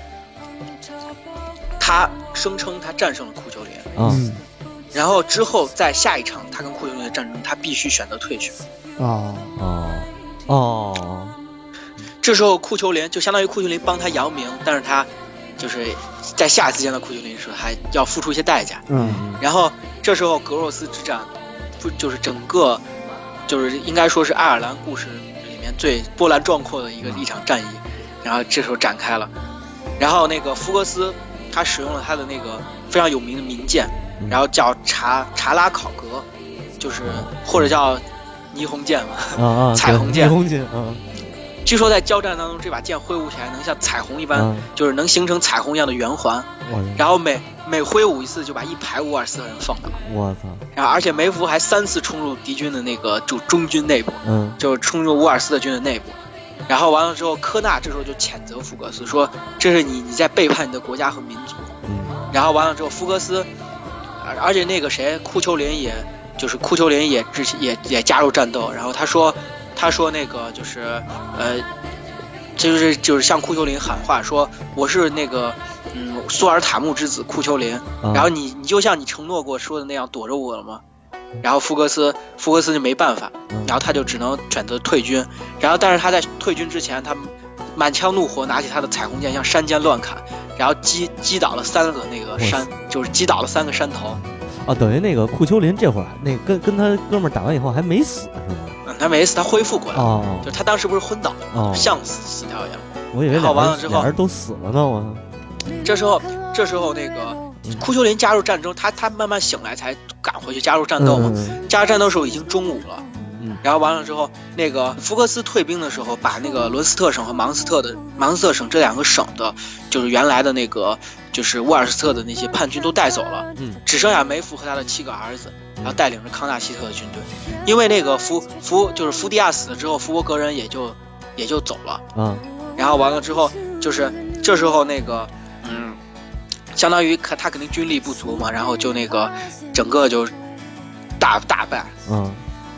他声称他战胜了库丘林， 嗯， 然后之后在下一场他跟库丘林的战争，他必须选择退去。 哦哦哦。 这时候库丘林就相当于库丘林帮他扬名，但是他就是在下一次见到库丘林时还要付出一些代价。 嗯， 然后这时候格洛斯之战，就是整个就是应该说是爱尔兰故事里面最波澜壮阔的一个一场战役，然后这时候展开了。然后那个福克斯他使用了他的那个非常有名的名剑，然后叫查查拉考格，就是或者叫霓虹剑嘛， 啊啊， 彩虹剑， 霓虹剑，嗯。 据说在交战当中，这把剑挥舞起来能像彩虹一般，嗯、就是能形成彩虹一样的圆环，然后每每挥舞一次就把一排乌尔斯特人放倒。 我操！ 然后而且梅福还三次冲入敌军的那个就中军内部， 嗯， 就冲入乌尔斯特军的内部。然后完了之后，科纳这时候就谴责福克斯说：“这是你你在背叛你的国家和民族。” 嗯。然后完了之后，福克斯，而且那个谁库丘林也就是库丘林也之也也加入战斗，然后他说。他说那个就是呃就是就是向库丘林喊话说我是那个嗯苏尔塔木之子库丘林， 嗯、 然后你你就像你承诺过说的那样躲着我了吗？然后福克斯福克斯就没办法，然后他就只能选择退军，然后但是他在退军之前他满腔怒火拿起他的彩虹剑向山间乱砍，然后击击倒了三个那个山，就是击倒了三个山头。 哦，等于那个库丘林这会儿那个、跟跟他哥们儿打完以后还没死是吗？ 他没死，他恢复过来了。 哦， 就他当时不是昏倒， 哦， 像死死掉一样。 我以为好完了之后， 俩人都死了呢。我这时候，这时候那个库丘林加入战争，他他慢慢醒来才赶回去加入战斗嘛。 嗯、 加入战斗的时候已经中午了。 嗯。 然后完了之后，那个福克斯退兵的时候，把那个伦斯特省和芒斯特的芒斯特省这两个省的，就是原来的那个就是乌尔斯特的那些叛军都带走了。 嗯。 只剩下梅福和他的七个儿子。然后带领着康纳希特的军队，因为那个福福就是福迪亚死了之后，福伯格人也就也就走了， 嗯， 然后完了之后，就是这时候那个嗯，相当于他他肯定军力不足嘛，然后就那个整个就大大败， 嗯，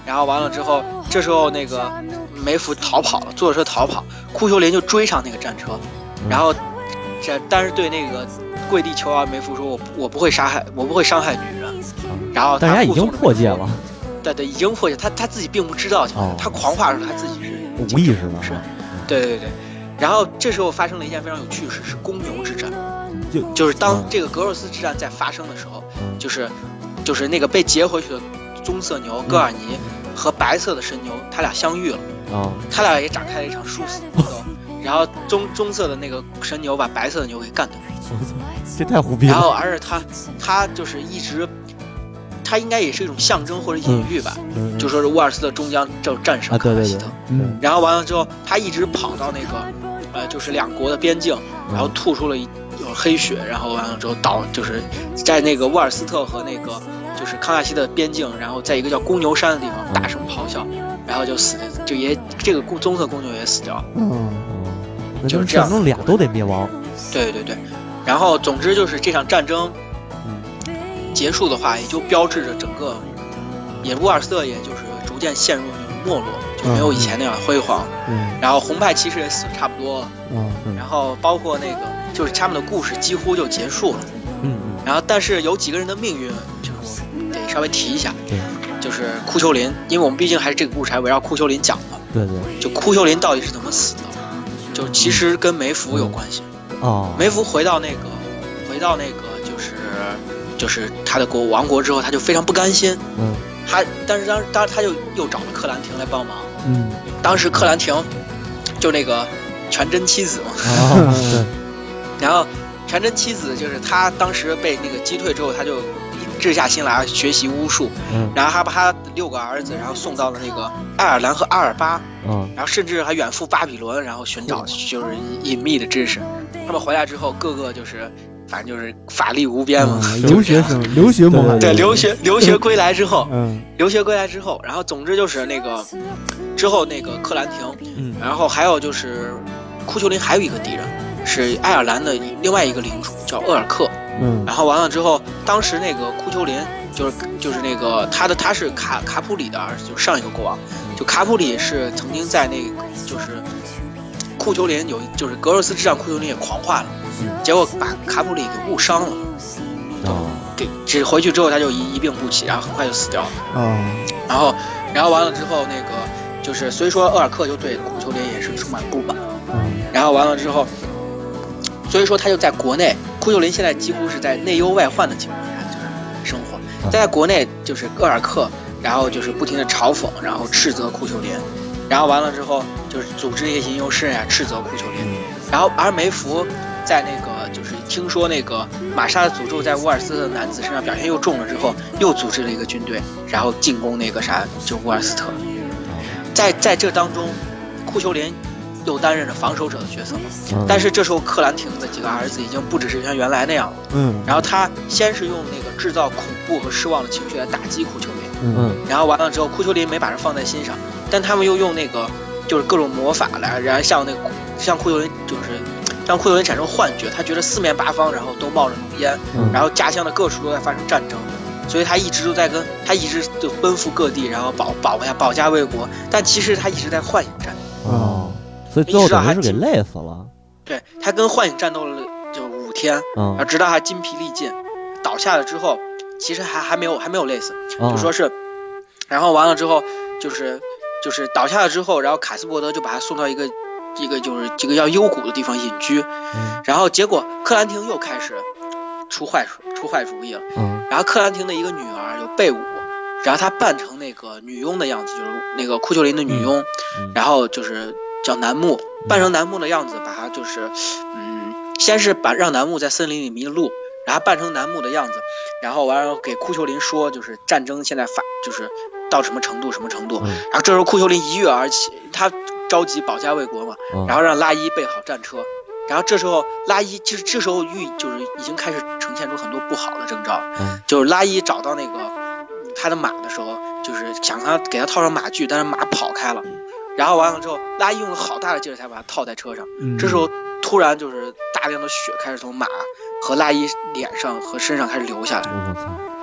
然后完了之后，这时候那个梅福逃跑了，坐着车逃跑，库丘林就追上那个战车，然后这但是对那个跪地求饶梅福说：“我我不会杀害，我不会伤害女人。”然后但是他已经破戒了。 对对，已经破戒，他他自己并不知道， 哦、 他狂化的时候他自己是无意识的。 是，对对对。然后这时候发生了一件非常有趣的事，是公牛之战。 就就是当这个格罗斯之战在发生的时候，嗯、就是就是那个被劫回去的棕色牛戈尔尼和白色的神牛，他俩相遇了。 哦、 他俩也展开了一场殊死搏斗。然后棕棕色的那个神牛把白色的牛给干掉了。 这太虎逼了。 然后而且他他就是一直。它应该也是一种象征或者隐喻吧， 嗯嗯、 就说是沃尔斯特终将就战胜克拉希特， 啊、对对对嗯、 然后完了之后，他一直跑到那个，呃，就是两国的边境，然后吐出了一有黑血，然后完了之后倒就是在那个沃尔斯特和那个就是康纳西的边境，然后在一个叫公牛山的地方大声咆哮，然后就死了，就也这个棕色公牛也死掉了， 嗯， 就是这样， 俩都得灭亡。 对对对，然后总之就是这场战争。结束的话，也就标志着整个，也沃尔斯特也就是逐渐陷入那种没落，就没有以前那样辉煌。 嗯。 然后红派骑士也死的差不多了。 嗯。 然后包括那个，就是他们的故事几乎就结束了。 嗯。 然后，但是有几个人的命运，就是我得稍微提一下。 对。 就是库丘林，因为我们毕竟还是这个故事还围绕库丘林讲的。 对对。 就库丘林到底是怎么死的？就其实跟梅福有关系。 哦。 梅福回到那个，回到那个就是。就是他的国王国之后，他就非常不甘心。 嗯， 他但是当当时他就又找了克兰廷来帮忙。 嗯， 当时克兰廷就那个全真七子嘛。 哦，对。 然后全真七子就是他当时被那个击退之后，他就志下心来学习巫术。 嗯， 然后他把他六个儿子，然后送到了那个爱尔兰和阿尔巴。 嗯， 然后甚至还远赴巴比伦，然后寻找就是隐秘的知识。他们回来之后，个个就是。反正就是法力无边嘛， 嗯、留学生，留学梦， 对，留学留学归来之后， 嗯， 留学归来之后，然后总之就是那个之后那个克兰廷， 嗯， 然后还有就是库丘林还有一个敌人是爱尔兰的另外一个领主叫厄尔克， 嗯， 然后完了之后，当时那个库丘林就是就是那个他的他是卡卡普里的儿子，就是上一个国王，就卡普里是曾经在那个就是库丘林有就是格罗斯之战，库丘林也狂化了。结果把卡普里给误伤了， 哦， 给只回去之后他就一一病不起，然后很快就死掉了。 哦， 然后，然后完了之后，那个就是所以说厄尔克就对库丘林也是充满不满。 嗯， 然后完了之后，所以说他就在国内，库丘林现在几乎是在内忧外患的情况下就是生活，在国内就是厄尔克，然后就是不停的嘲讽，然后斥责库丘林，然后完了之后就是组织一些吟游诗人啊斥责库丘林，然后而梅福。在那个就是听说那个玛莎的诅咒在沃尔斯特的男子身上表现又重了之后，又组织了一个军队，然后进攻那个啥，就沃尔斯特。在在这当中，库丘林又担任着防守者的角色嘛。 嗯、 但是这时候克兰廷的几个儿子已经不只是像原来那样了。 嗯。 然后他先是用那个制造恐怖和失望的情绪来打击库丘林。 嗯。 然后完了之后，库丘林没把这放在心上，但他们又用那个就是各种魔法来，然后像那个像库丘林就是。让库丘林产生幻觉，他觉得四面八方然后都冒着浓烟， 嗯、 然后家乡的各处都在发生战争，所以他一直都在跟他一直就奔赴各地，然后保保家保家卫国，但其实他一直在幻影战斗。 哦，所以最后等于是给累死了。 对，他跟幻影战斗了就五天， 嗯， 然后直到他筋疲力尽倒下了之后，其实还还没有还没有累死， 哦、 就说是，然后完了之后就是就是倒下了之后，然后卡斯伯德就把他送到一个。一个就是这个叫幽谷的地方隐居， 嗯、 然后结果克兰廷又开始出坏出坏主意了， 嗯、 然后克兰廷的一个女儿有贝武，然后她扮成那个女佣的样子，就是那个库丘林的女佣， 嗯、 然后就是叫楠木，扮成楠木的样子，把她就是嗯，先是把让楠木在森林里迷了路，然后扮成楠木的样子，然后完了给库丘林说，就是战争现在发就是到什么程度什么程度， 嗯、 然后这时候库丘林一跃而起，他。着急保家卫国嘛，然后让拉伊备好战车，然后这时候拉伊其实这时候预就是已经开始呈现出很多不好的征兆， 嗯、 就是拉伊找到那个他的马的时候，就是想他给他套上马具，但是马跑开了，然后完了之后，拉伊用了好大的劲儿才把他套在车上， 嗯、 这时候突然就是大量的血开始从马和拉伊脸上和身上开始流下来， 我操！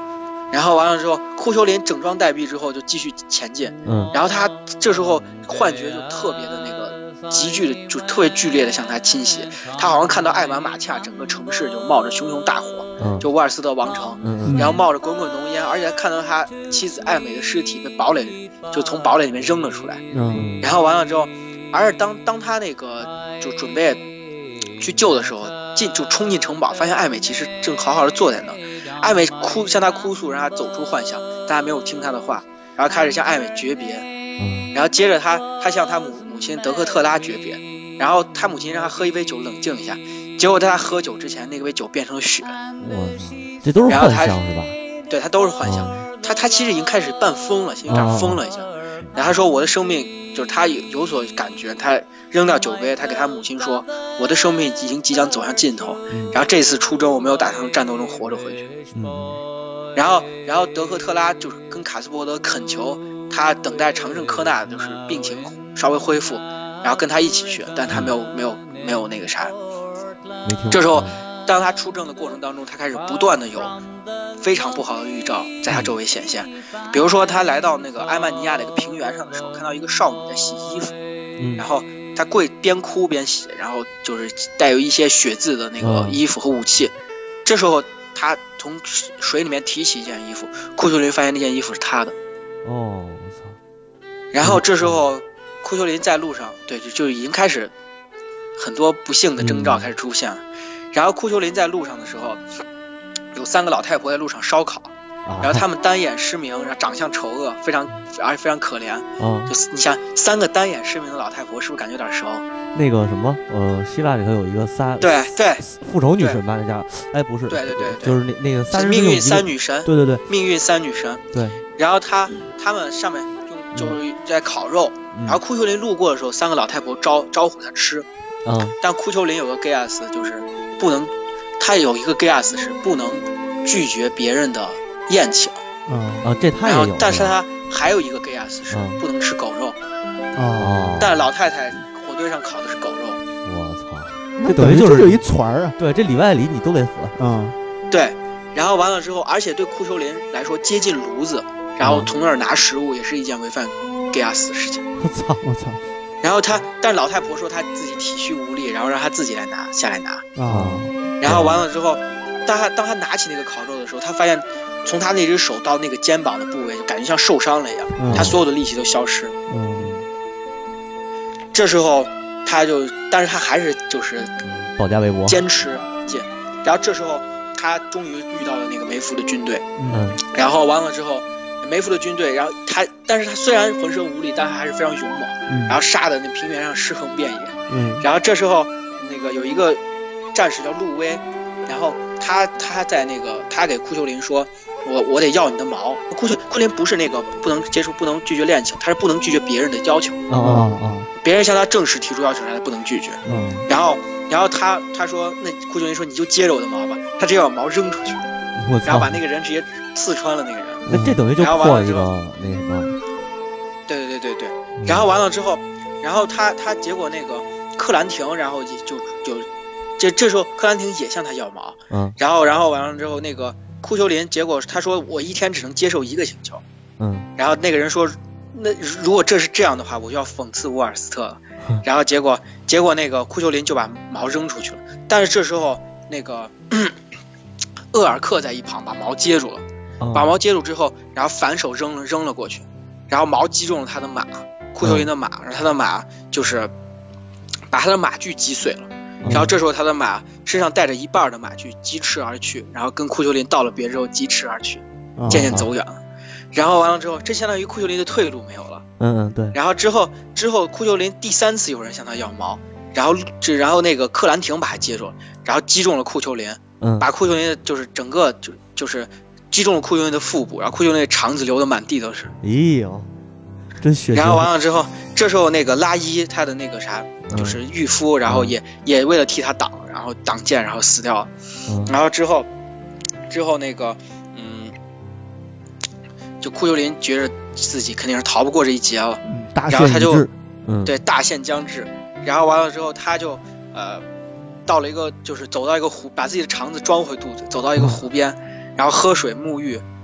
然后完了之后，库丘林整装待毙之后就继续前进。 嗯， 然后他这时候幻觉就特别的那个急剧的，就特别剧烈的向他侵袭。他好像看到艾玛马恰整个城市就冒着熊熊大火， 嗯， 就沃尔斯特王城， 嗯， 然后冒着滚滚浓烟，而且看到他妻子艾美的尸体被堡垒就从堡垒里面扔了出来。 嗯， 然后完了之后，而且当当他那个就准备去救的时候，进就冲进城堡，发现艾美其实正好好的坐在那。艾美哭向他哭诉，让他走出幻想，但他没有听他的话，然后开始向艾美诀别。 嗯， 然后接着他他向他母母亲德克特拉诀别，然后他母亲让他喝一杯酒冷静一下，结果在他喝酒之前，那杯酒变成了血。 我操，这都是幻象是吧？ 对，他都是幻象。 嗯、 他他其实已经开始半疯了，有点疯了已经。哦、然后他说我的生命就是他有有所感觉，他扔掉酒杯，他给他母亲说我的生命已经即将走向尽头。 嗯、 然后这次出征我没有打算战斗中活着回去。 嗯， 然后然后德克特拉就是跟卡斯伯德恳求他等待长胜科纳就是病情稍微恢复，然后跟他一起去，但他没有没有没有那个啥。 没听。 这时候当他出征的过程当中，他开始不断的有非常不好的预兆在他周围显现。比如说他来到那个埃曼尼亚的一个平原上的时候，看到一个少女在洗衣服， 嗯， 然后他跪边哭边洗，然后就是带有一些血渍的那个衣服和武器。嗯、这时候他从水里面提起一件衣服，库丘林发现那件衣服是他的。 哦，我操！ 然后这时候库丘林在路上，对，就就已经开始很多不幸的征兆开始出现了。嗯、然后库丘林在路上的时候，有三个老太婆在路上烧烤， 啊、 然后他们单眼失明，然后长相丑恶，非常而且非常可怜。 啊、 就你想三个单眼失明的老太婆，是不是感觉有点熟？ 那个什么，呃，希腊里头有一个仨， 对对， 复仇女神吧，那叫，哎，不是， 对对 对, 对， 就是那那个三命运三女神， 对对对， 命运三女神， 对。 然后他他们上面用就是在烤肉， 嗯、 然后库丘林路过的时候，三个老太婆招招呼他吃， 嗯， 但库丘林有个 Gaius 就是不能，他有一个 Gaius 是不能拒绝别人的宴请， 嗯啊，这他也有， 但是他还有一个 Gaius 是不能吃狗肉， 哦， 但老太太火堆上烤的是狗肉， 我操， 这等于就是有一团啊， 对，这里外里你都得死， 嗯， 对，然后完了之后，而且对库丘林来说，接近炉子，然后从那儿拿食物也是一件违反 Gaius 的事情。 我操，我操！ 然后他，但是老太婆说她自己体虚无力，然后让他自己来拿下来拿。 啊， 然后完了之后，当他当他拿起那个烤肉的时候，他发现从他那只手到那个肩膀的部位，就感觉像受伤了一样， 嗯、 他所有的力气都消失。 嗯。 这时候他就，但是他还是就是保家卫国， 坚持坚。然后这时候他终于遇到了那个梅夫的军队。 嗯。 然后完了之后。梅夫的军队，然后他，但是他虽然浑身无力，但是还是非常勇猛， 嗯、 然后杀的那平原上尸横遍野。 嗯， 然后这时候那个有一个战士叫路威，然后他他在那个他给库丘林说，我我得要你的矛。库丘库林不是那个不能接触不能拒绝恋情，他是不能拒绝别人的要求。 哦哦哦， 别人向他正式提出要求，他不能拒绝。 嗯， 然后然后他他说那库丘林说你就接着我的矛吧，他直接把矛扔出去，然后把那个人直接刺穿了那个人。 那这等于就破一个那什么， 对对对对对，然后完了之后，然后他他结果那个克兰廷，然后就就就这这时候克兰廷也向他要矛， 嗯， 然后然后完了之后那个库丘林，结果他说我一天只能接受一个请求， 嗯， 然后那个人说那如果这是这样的话，我就要讽刺沃尔斯特了，然后结果结果那个库丘林就把矛扔出去了，但是这时候那个厄尔克在一旁把矛接住了。把矛接住之后，然后反手扔了扔了过去，然后矛击中了他的马，库丘林的马，然后他的马就是把他的马具击碎了，然后这时候他的马身上带着一半的马具疾驰而去，然后跟库丘林道了别之后疾驰而去，渐渐走远了。然后完了之后，这相当于库丘林的退路没有了。 嗯嗯，对。 然后之后之后库丘林第三次有人向他要矛，然后这然后那个克兰廷把他接住了，然后击中了库丘林， 嗯，把库丘林就是整个就就是。击中了库丘林的腹部，然后库丘林的肠子流的满地都是。 咦呦，真血腥。 然后完了之后，这时候那个拉伊他的那个啥，就是御夫， 嗯、 然后也、嗯、也为了替他挡，然后挡箭，然后死掉了。 嗯、 然后之后，之后那个，嗯，就库丘林觉得自己肯定是逃不过这一劫了， 嗯、大然后他就、 嗯、 对大限将至，然后完了之后他就呃到了一个就是走到一个湖，把自己的肠子装回肚子，走到一个湖边。嗯然后喝水沐浴，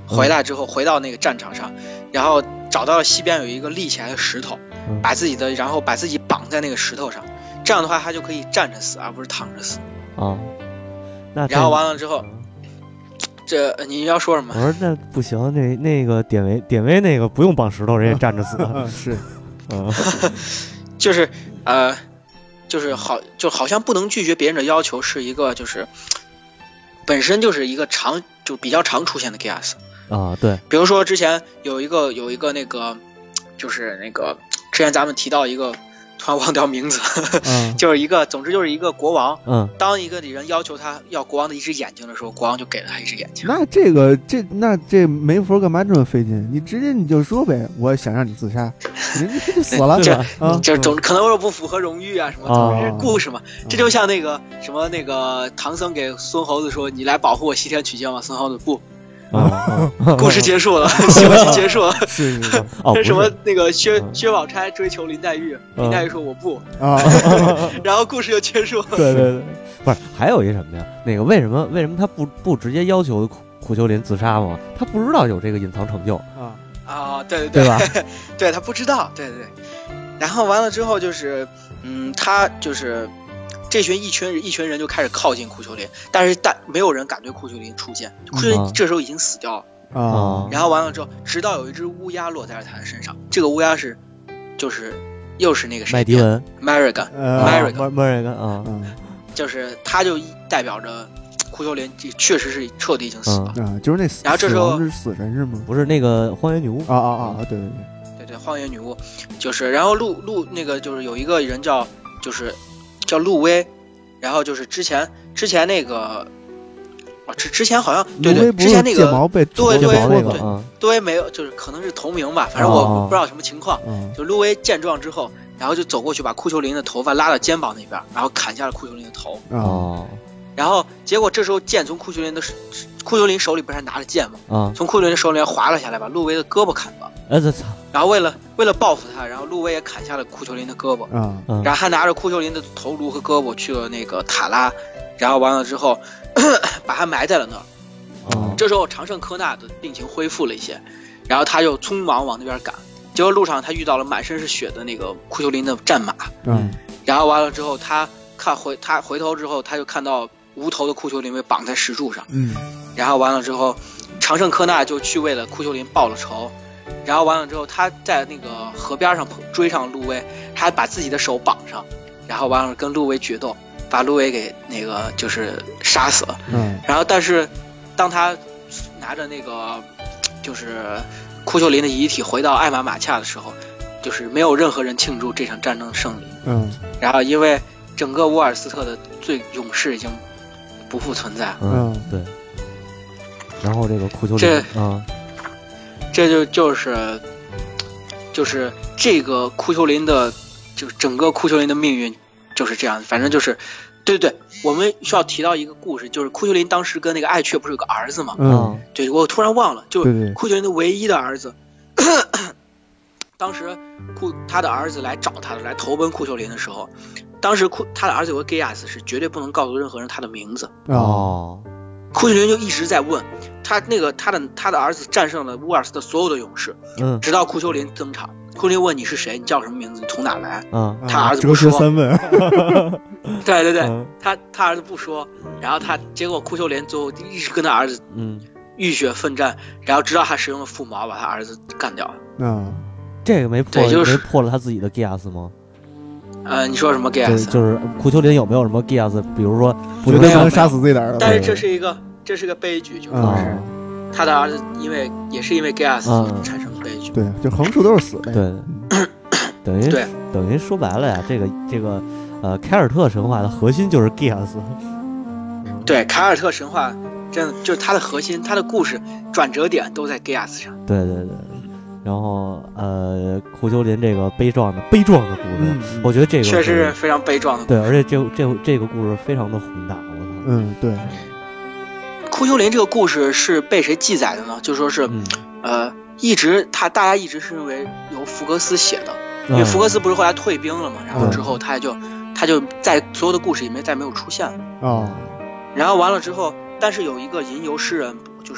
回来之后回到那个战场上，然后找到了西边有一个立起来的石头，把自己的然后把自己绑在那个石头上，这样的话他就可以站着死而不是躺着死啊。那然后完了之后，这你要说什么？ 我说那不行，那那个典韦典韦那个不用绑石头，人也站着死是， 嗯， 就是呃，就是好就好像不能拒绝别人的要求是一个就是本身就是一个常就比较常出现的 gas 啊，对， 比如说之前有一个有一个那个就是那个之前咱们提到一个。突然忘掉名字， 嗯、 就是一个，总之就是一个国王。 嗯， 当一个人要求他要国王的一只眼睛的时候，国王就给了他一只眼睛。 那这个这那这媒婆干嘛这么费劲？你直接你就说呗，我想让你自杀，人家就死了， 这啊， 这总可能说不符合荣誉啊什么，总之是故事嘛。 哦、 这就像那个什么那个唐僧给孙猴子说：“你来保护我西天取经嘛。”孙猴子不。 啊， 故事结束了，戏文结束了。 是是是， 哦， 什么那个薛薛宝钗追求林黛玉，林黛玉说我不啊， 然后故事就结束了。 对对对，不是还有一什么呀？那个为什么为什么他不不直接要求苦苦秋林自杀吗？他不知道有这个隐藏成就啊啊，对对对吧？ 对他不知道，对对对。然后完了之后就是，嗯，他就是。这群一群一群人就开始靠近库丘林，但是但没有人敢对库丘林出剑，库丘林这时候已经死掉了啊。 然后完了之后，直到有一只乌鸦落在了他的身上，这个乌鸦是，就是又是那个谁？ 麦迪文 ，Marigan，Marigan，Marigan 啊， 就是他就代表着库丘林确实是彻底已经死了啊，就是那死， 然后这时候是死神是吗？ 不是那个荒原女巫啊啊啊！对对对对对，荒原女巫就是，然后陆陆那个就是有一个人叫就是。叫陆威，然后就是之前之前那个，啊之之前好像对对，之前那个对对对对对没有，就是可能是同名吧，反正我不知道什么情况。 哦、 就陆威见状之后，然后就走过去把库丘林的头发拉到肩膀那边，然后砍下了库丘林的头。 哦。 然后结果这时候剑从库丘林的库丘林手里不是还拿着剑吗？ 啊。 从库丘林的手里滑了下来，把陆威的胳膊砍了。 哎这操！ 然后为了为了报复他，然后陆威也砍下了库丘林的胳膊， 嗯， 然后他拿着库丘林的头颅和胳膊去了那个塔拉，然后完了之后咳咳把他埋在了那儿。 哦， 这时候长胜科纳的病情恢复了一些，然后他就匆忙往那边赶，结果路上他遇到了满身是血的那个库丘林的战马， 嗯， 然后完了之后他看回他回头之后他就看到无头的库丘林被绑在石柱上， 嗯， 然后完了之后长胜科纳就去为了库丘林报了仇。然后完了之后，他在那个河边上追上陆威，他还把自己的手绑上，然后完了跟陆威决斗，把陆威给那个就是杀死了。 嗯。 然后但是当他拿着那个就是库丘林的遗体回到艾玛马恰的时候，就是没有任何人庆祝这场战争的胜利。 嗯。 然后因为整个沃尔斯特的最勇士已经不复存在。 嗯，对。然后这个库丘林啊。 这就就是就是这个库丘林的，就整个库丘林的命运就是这样，反正就是对对对，我们需要提到一个故事，就是库丘林当时跟那个艾雀不是有个儿子吗？ 嗯， 对，我突然忘了，就对对库丘林的唯一的儿子，咳咳当时库他的儿子来找他的，来投奔库丘林的时候，当时库他的儿子有个 Gaius 是绝对不能告诉任何人他的名字。 哦。 库丘林就一直在问他，那个他的他的儿子战胜了乌尔斯的所有的勇士， 嗯， 直到库丘林登场。库丘林问你是谁，你叫什么名字，你从哪来？ 嗯， 他儿子不说。 哲学三问。 对对对， 嗯、 他他儿子不说，然后他结果库丘林最后一直跟他儿子嗯浴血奋战，然后直到他使用了附毛把他儿子干掉了。 嗯， 这个没破， 对就是没破了他自己的 Gaius 吗？ 呃，你说什么 Gaius？ 就是库丘林有没有什么 Gaius？比如说绝对不能杀死自己的儿子。 但是这是一个。这是个悲剧，就是说是他的儿子，因为也是因为 Gaius 产生的悲剧。 对，就横竖都是死的。 对，等于对， 等于说白了呀，这个这个呃凯尔特神话的核心就是 Gaius。 对，凯尔特神话真的就是它的核心，它的故事转折点都在 Gaius 上。 对对对。然后呃，库丘林这个悲壮的悲壮的故事， 嗯、 我觉得这个确实是非常悲壮的故事。对，而且这这这个故事非常的宏大，我操。 嗯，对。 库丘林这个故事是被谁记载的呢？就说是， 嗯、 呃，一直他大家一直是认为由福格斯写的，因为福格斯不是后来退兵了嘛，然后之后他就他就在所有的故事里面再没有出现了。 哦。 然后完了之后，但是有一个吟游诗人，就是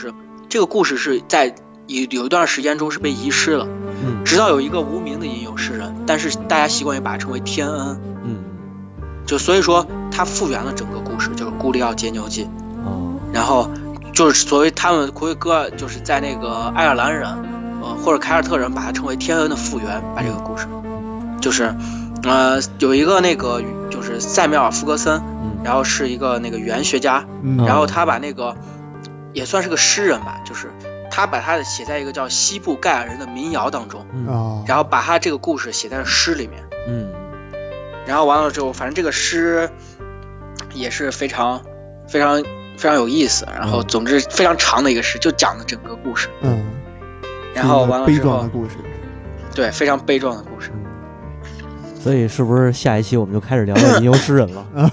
这个故事是在有有一段时间中是被遗失了， 嗯， 直到有一个无名的吟游诗人，但是大家习惯于把它称为天恩， 嗯， 就所以说他复原了整个故事，就是《古里奥节牛记》， 哦， 然后就是所谓他们魁北哥就是在那个爱尔兰人，呃或者凯尔特人把它称为天恩的复原，把这个故事，就是呃有一个那个就是塞缪尔·弗格森， 嗯， 然后是一个那个语言学家， 嗯， 然后他把那个也算是个诗人吧，就是他把他的写在一个叫西部盖尔人的民谣当中， 嗯， 啊， 然后把他这个故事写在了诗里面， 嗯， 然后完了之后，反正这个诗也是非常非常非常有意思，然后总之非常长的一个诗，就讲的整个故事， 嗯， 然后完了悲之后， 壮的故事， 对，非常悲壮的故事。 所以是不是下一期我们就开始聊聊吟游诗人了？啊，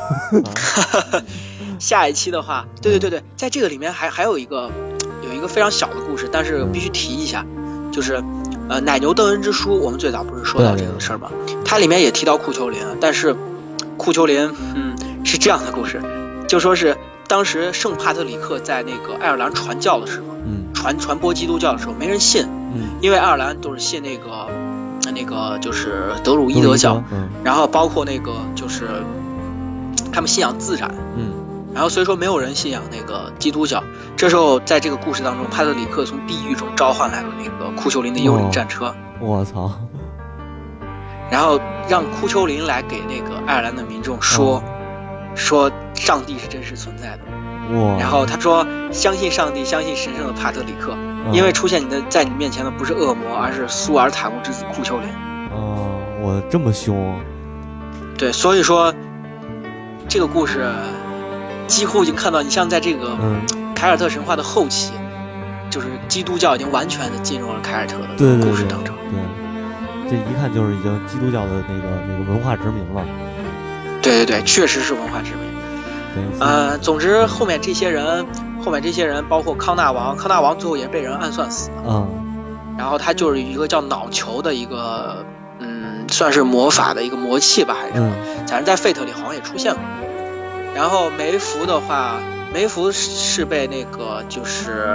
下一期的话，对对对对，在这个里面还还有一个有一个非常小的故事，但是必须提一下，就是呃奶牛邓恩之书，我们最早不是说到这个事儿吗？它里面也提到库丘林，但是库丘林嗯是这样的故事，就说是当时圣帕特里克在那个爱尔兰传教的时候， 嗯， 传传播基督教的时候没人信， 嗯， 因为爱尔兰都是信那个那个就是德鲁伊德教， 嗯， 然后包括那个就是他们信仰自然， 嗯， 然后所以说没有人信仰那个基督教。这时候在这个故事当中，帕特里克从地狱中召唤来了那个库丘林的幽灵战车， 我操， 然后让库丘林来给那个爱尔兰的民众说、哦、说上帝是真实存在的。 哇！ 然后他说相信上帝，相信神圣的帕特里克， 嗯、 因为出现你的在你面前的不是恶魔，而是苏尔塔木之子库丘林。 哦，我这么凶。 对，所以说这个故事几乎已经看到，你像在这个凯尔特神话的后期，嗯、就是基督教已经完全的进入了凯尔特的故事当中。 对， 对， 对，这一看就是已经基督教的那个那个文化殖民了。 对对对，确实是文化殖民。呃，总之后面这些人，后面这些人包括康纳王，康纳王最后也被人暗算死了。 嗯。 然后他就是一个叫脑球的一个，嗯，算是魔法的一个魔器吧，还是什么？ 嗯、 反正在费特里好像也出现过。然后梅福的话，梅福是被那个就是，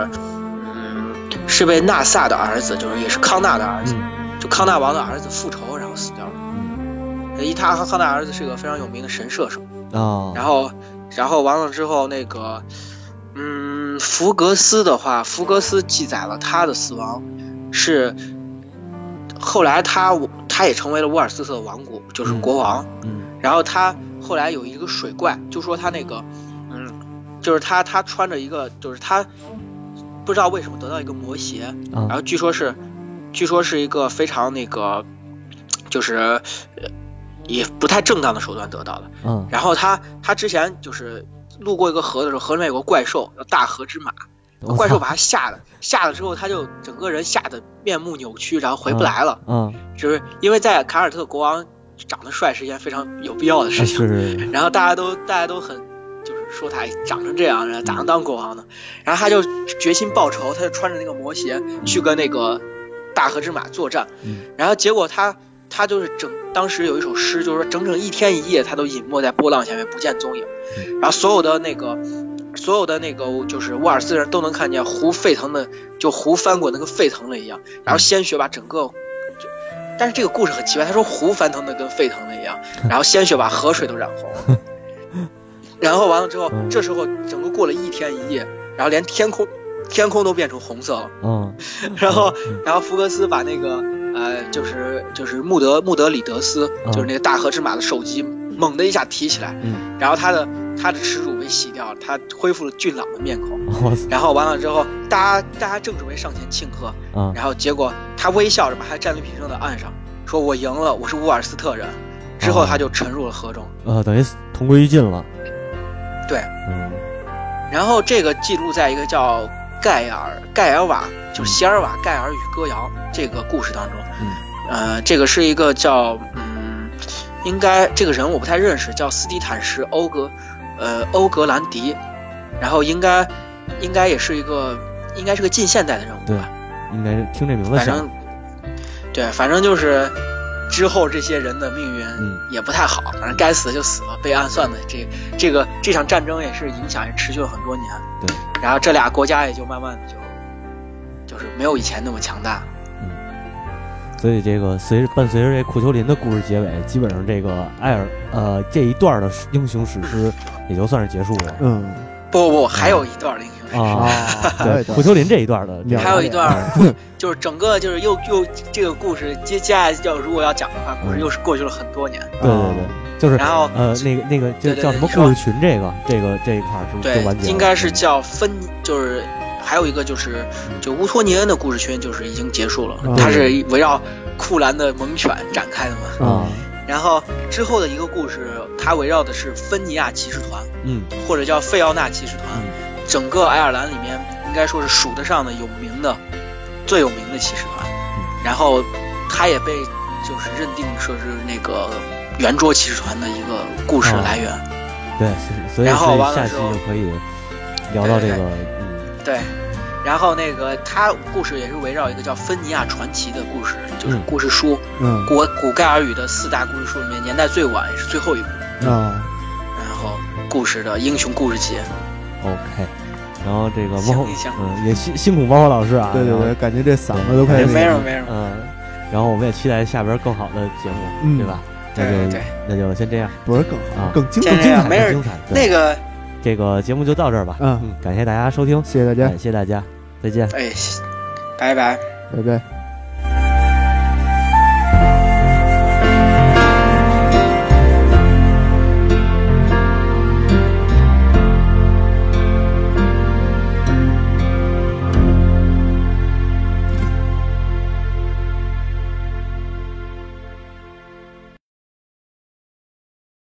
嗯，是被纳萨的儿子，就是也是康纳的儿子， 嗯、 就康纳王的儿子复仇，然后死掉了。嗯。一他康纳儿子是个非常有名的神射手。 哦。 然后。然后完了之后，那个，嗯，福格斯的话，福格斯记载了他的死亡是后来他他也成为了沃尔斯特的王国，就是国王。 嗯。 然后他后来有一个水怪，就说他那个，嗯，就是他他穿着一个，就是他不知道为什么得到一个魔鞋， 嗯、 然后据说是，据说是一个非常那个，就是也不太正当的手段得到的。 嗯。 然后他他之前就是路过一个河的时候，河里面有个怪兽叫大河之马，怪兽把他吓了，吓了之后他就整个人吓得面目扭曲，然后回不来了。 嗯。 就是因为在凯尔特国王长得帅是一件非常有必要的事情。 是。 然后大家都大家都很就是说他长成这样，然后咋能当国王呢？然后他就决心报仇，他就穿着那个魔鞋去跟那个大河之马作战。 嗯。 然后结果他。他就是整，当时有一首诗，就是说整整一天一夜，他都隐没在波浪下面不见踪影。然后所有的那个，所有的那个，就是沃尔斯人都能看见湖沸腾的，就湖翻滚的跟沸腾了一样。然后鲜血把整个，就，但是这个故事很奇怪，他说湖翻腾的跟沸腾的一样，然后鲜血把河水都染红了。然后完了之后，这时候整个过了一天一夜，然后连天空，天空都变成红色了。 嗯。 然后，然后福格斯把那个。呃，就是就是穆德穆德里德斯， 嗯、 就是那个大河之马的手机，猛的一下提起来， 嗯、 然后他的他的耻辱被洗掉了，他恢复了俊朗的面孔。 哦、 然后完了之后，大家大家正准备上前庆贺， 嗯、 然后结果他微笑着把他战利品扔到岸上，说我赢了，我是沃尔斯特人。之后他就沉入了河中。 呃，等于同归于尽了。 对， 嗯。 然后这个记录在一个叫盖尔盖尔瓦，就是席尔瓦盖尔与歌谣这个故事当中。 嗯。 呃，这个是一个叫嗯，应该这个人我不太认识，叫斯蒂坦什欧格呃欧格兰迪，然后应该应该也是一个应该是个近现代的人物吧。 对，应该听这名字反正对，反正就是之后这些人的命运也不太好， 嗯、 反正该死的就死了，被暗算的这这个这场战争也是影响也持续了很多年。 对， 然后这俩国家也就慢慢的就就是没有以前那么强大。 嗯，所以这个随着伴随着这库丘林的故事结尾，基本上这个艾尔呃这一段的英雄史诗也就算是结束了。 嗯， 不不不，还有一段英雄史诗。 啊，对，库丘林这一段的， 还有一段，就是整个就是又又这个故事接接下来要如果要讲的话，故事又是过去了很多年。 对对对，就是然后呃那个那个就叫什么故事群，这个这个这一块是不是就完结了？ 对，应该是叫分，就是还有一个就是就乌托尼恩的故事群就是已经结束了，它是围绕库兰的猛犬展开的嘛。 啊。 然后之后的一个故事，它围绕的是芬尼亚骑士团， 嗯， 或者叫费奥纳骑士团。 嗯， 整个爱尔兰里面应该说是数得上的有名的、最有名的骑士团， 嗯、 然后它也被就是认定说是那个圆桌骑士团的一个故事来源。 哦、对，所以然后下期就可以聊到这个， 对嗯， 对。然后那个它故事也是围绕一个叫芬尼亚传奇的故事，就是故事书， 嗯， 古古盖尔语的四大故事书里面年代最晚也是最后一部啊、嗯。 然后故事的英雄故事集。 OK， 然后这个猫， 嗯， 也辛辛苦猫猫老师啊， 对对对，感觉这嗓子都快没有没有， 嗯，然后我们也期待下边更好的节目， 嗯、 对吧？ 对对对， 那就先这样， 不是更好， 啊、 更精更精彩， 更精彩。 那个这个节目就到这儿吧， 嗯嗯，感谢大家收听， 谢谢大家， 感谢大家，再见， 哎，拜拜， 拜拜。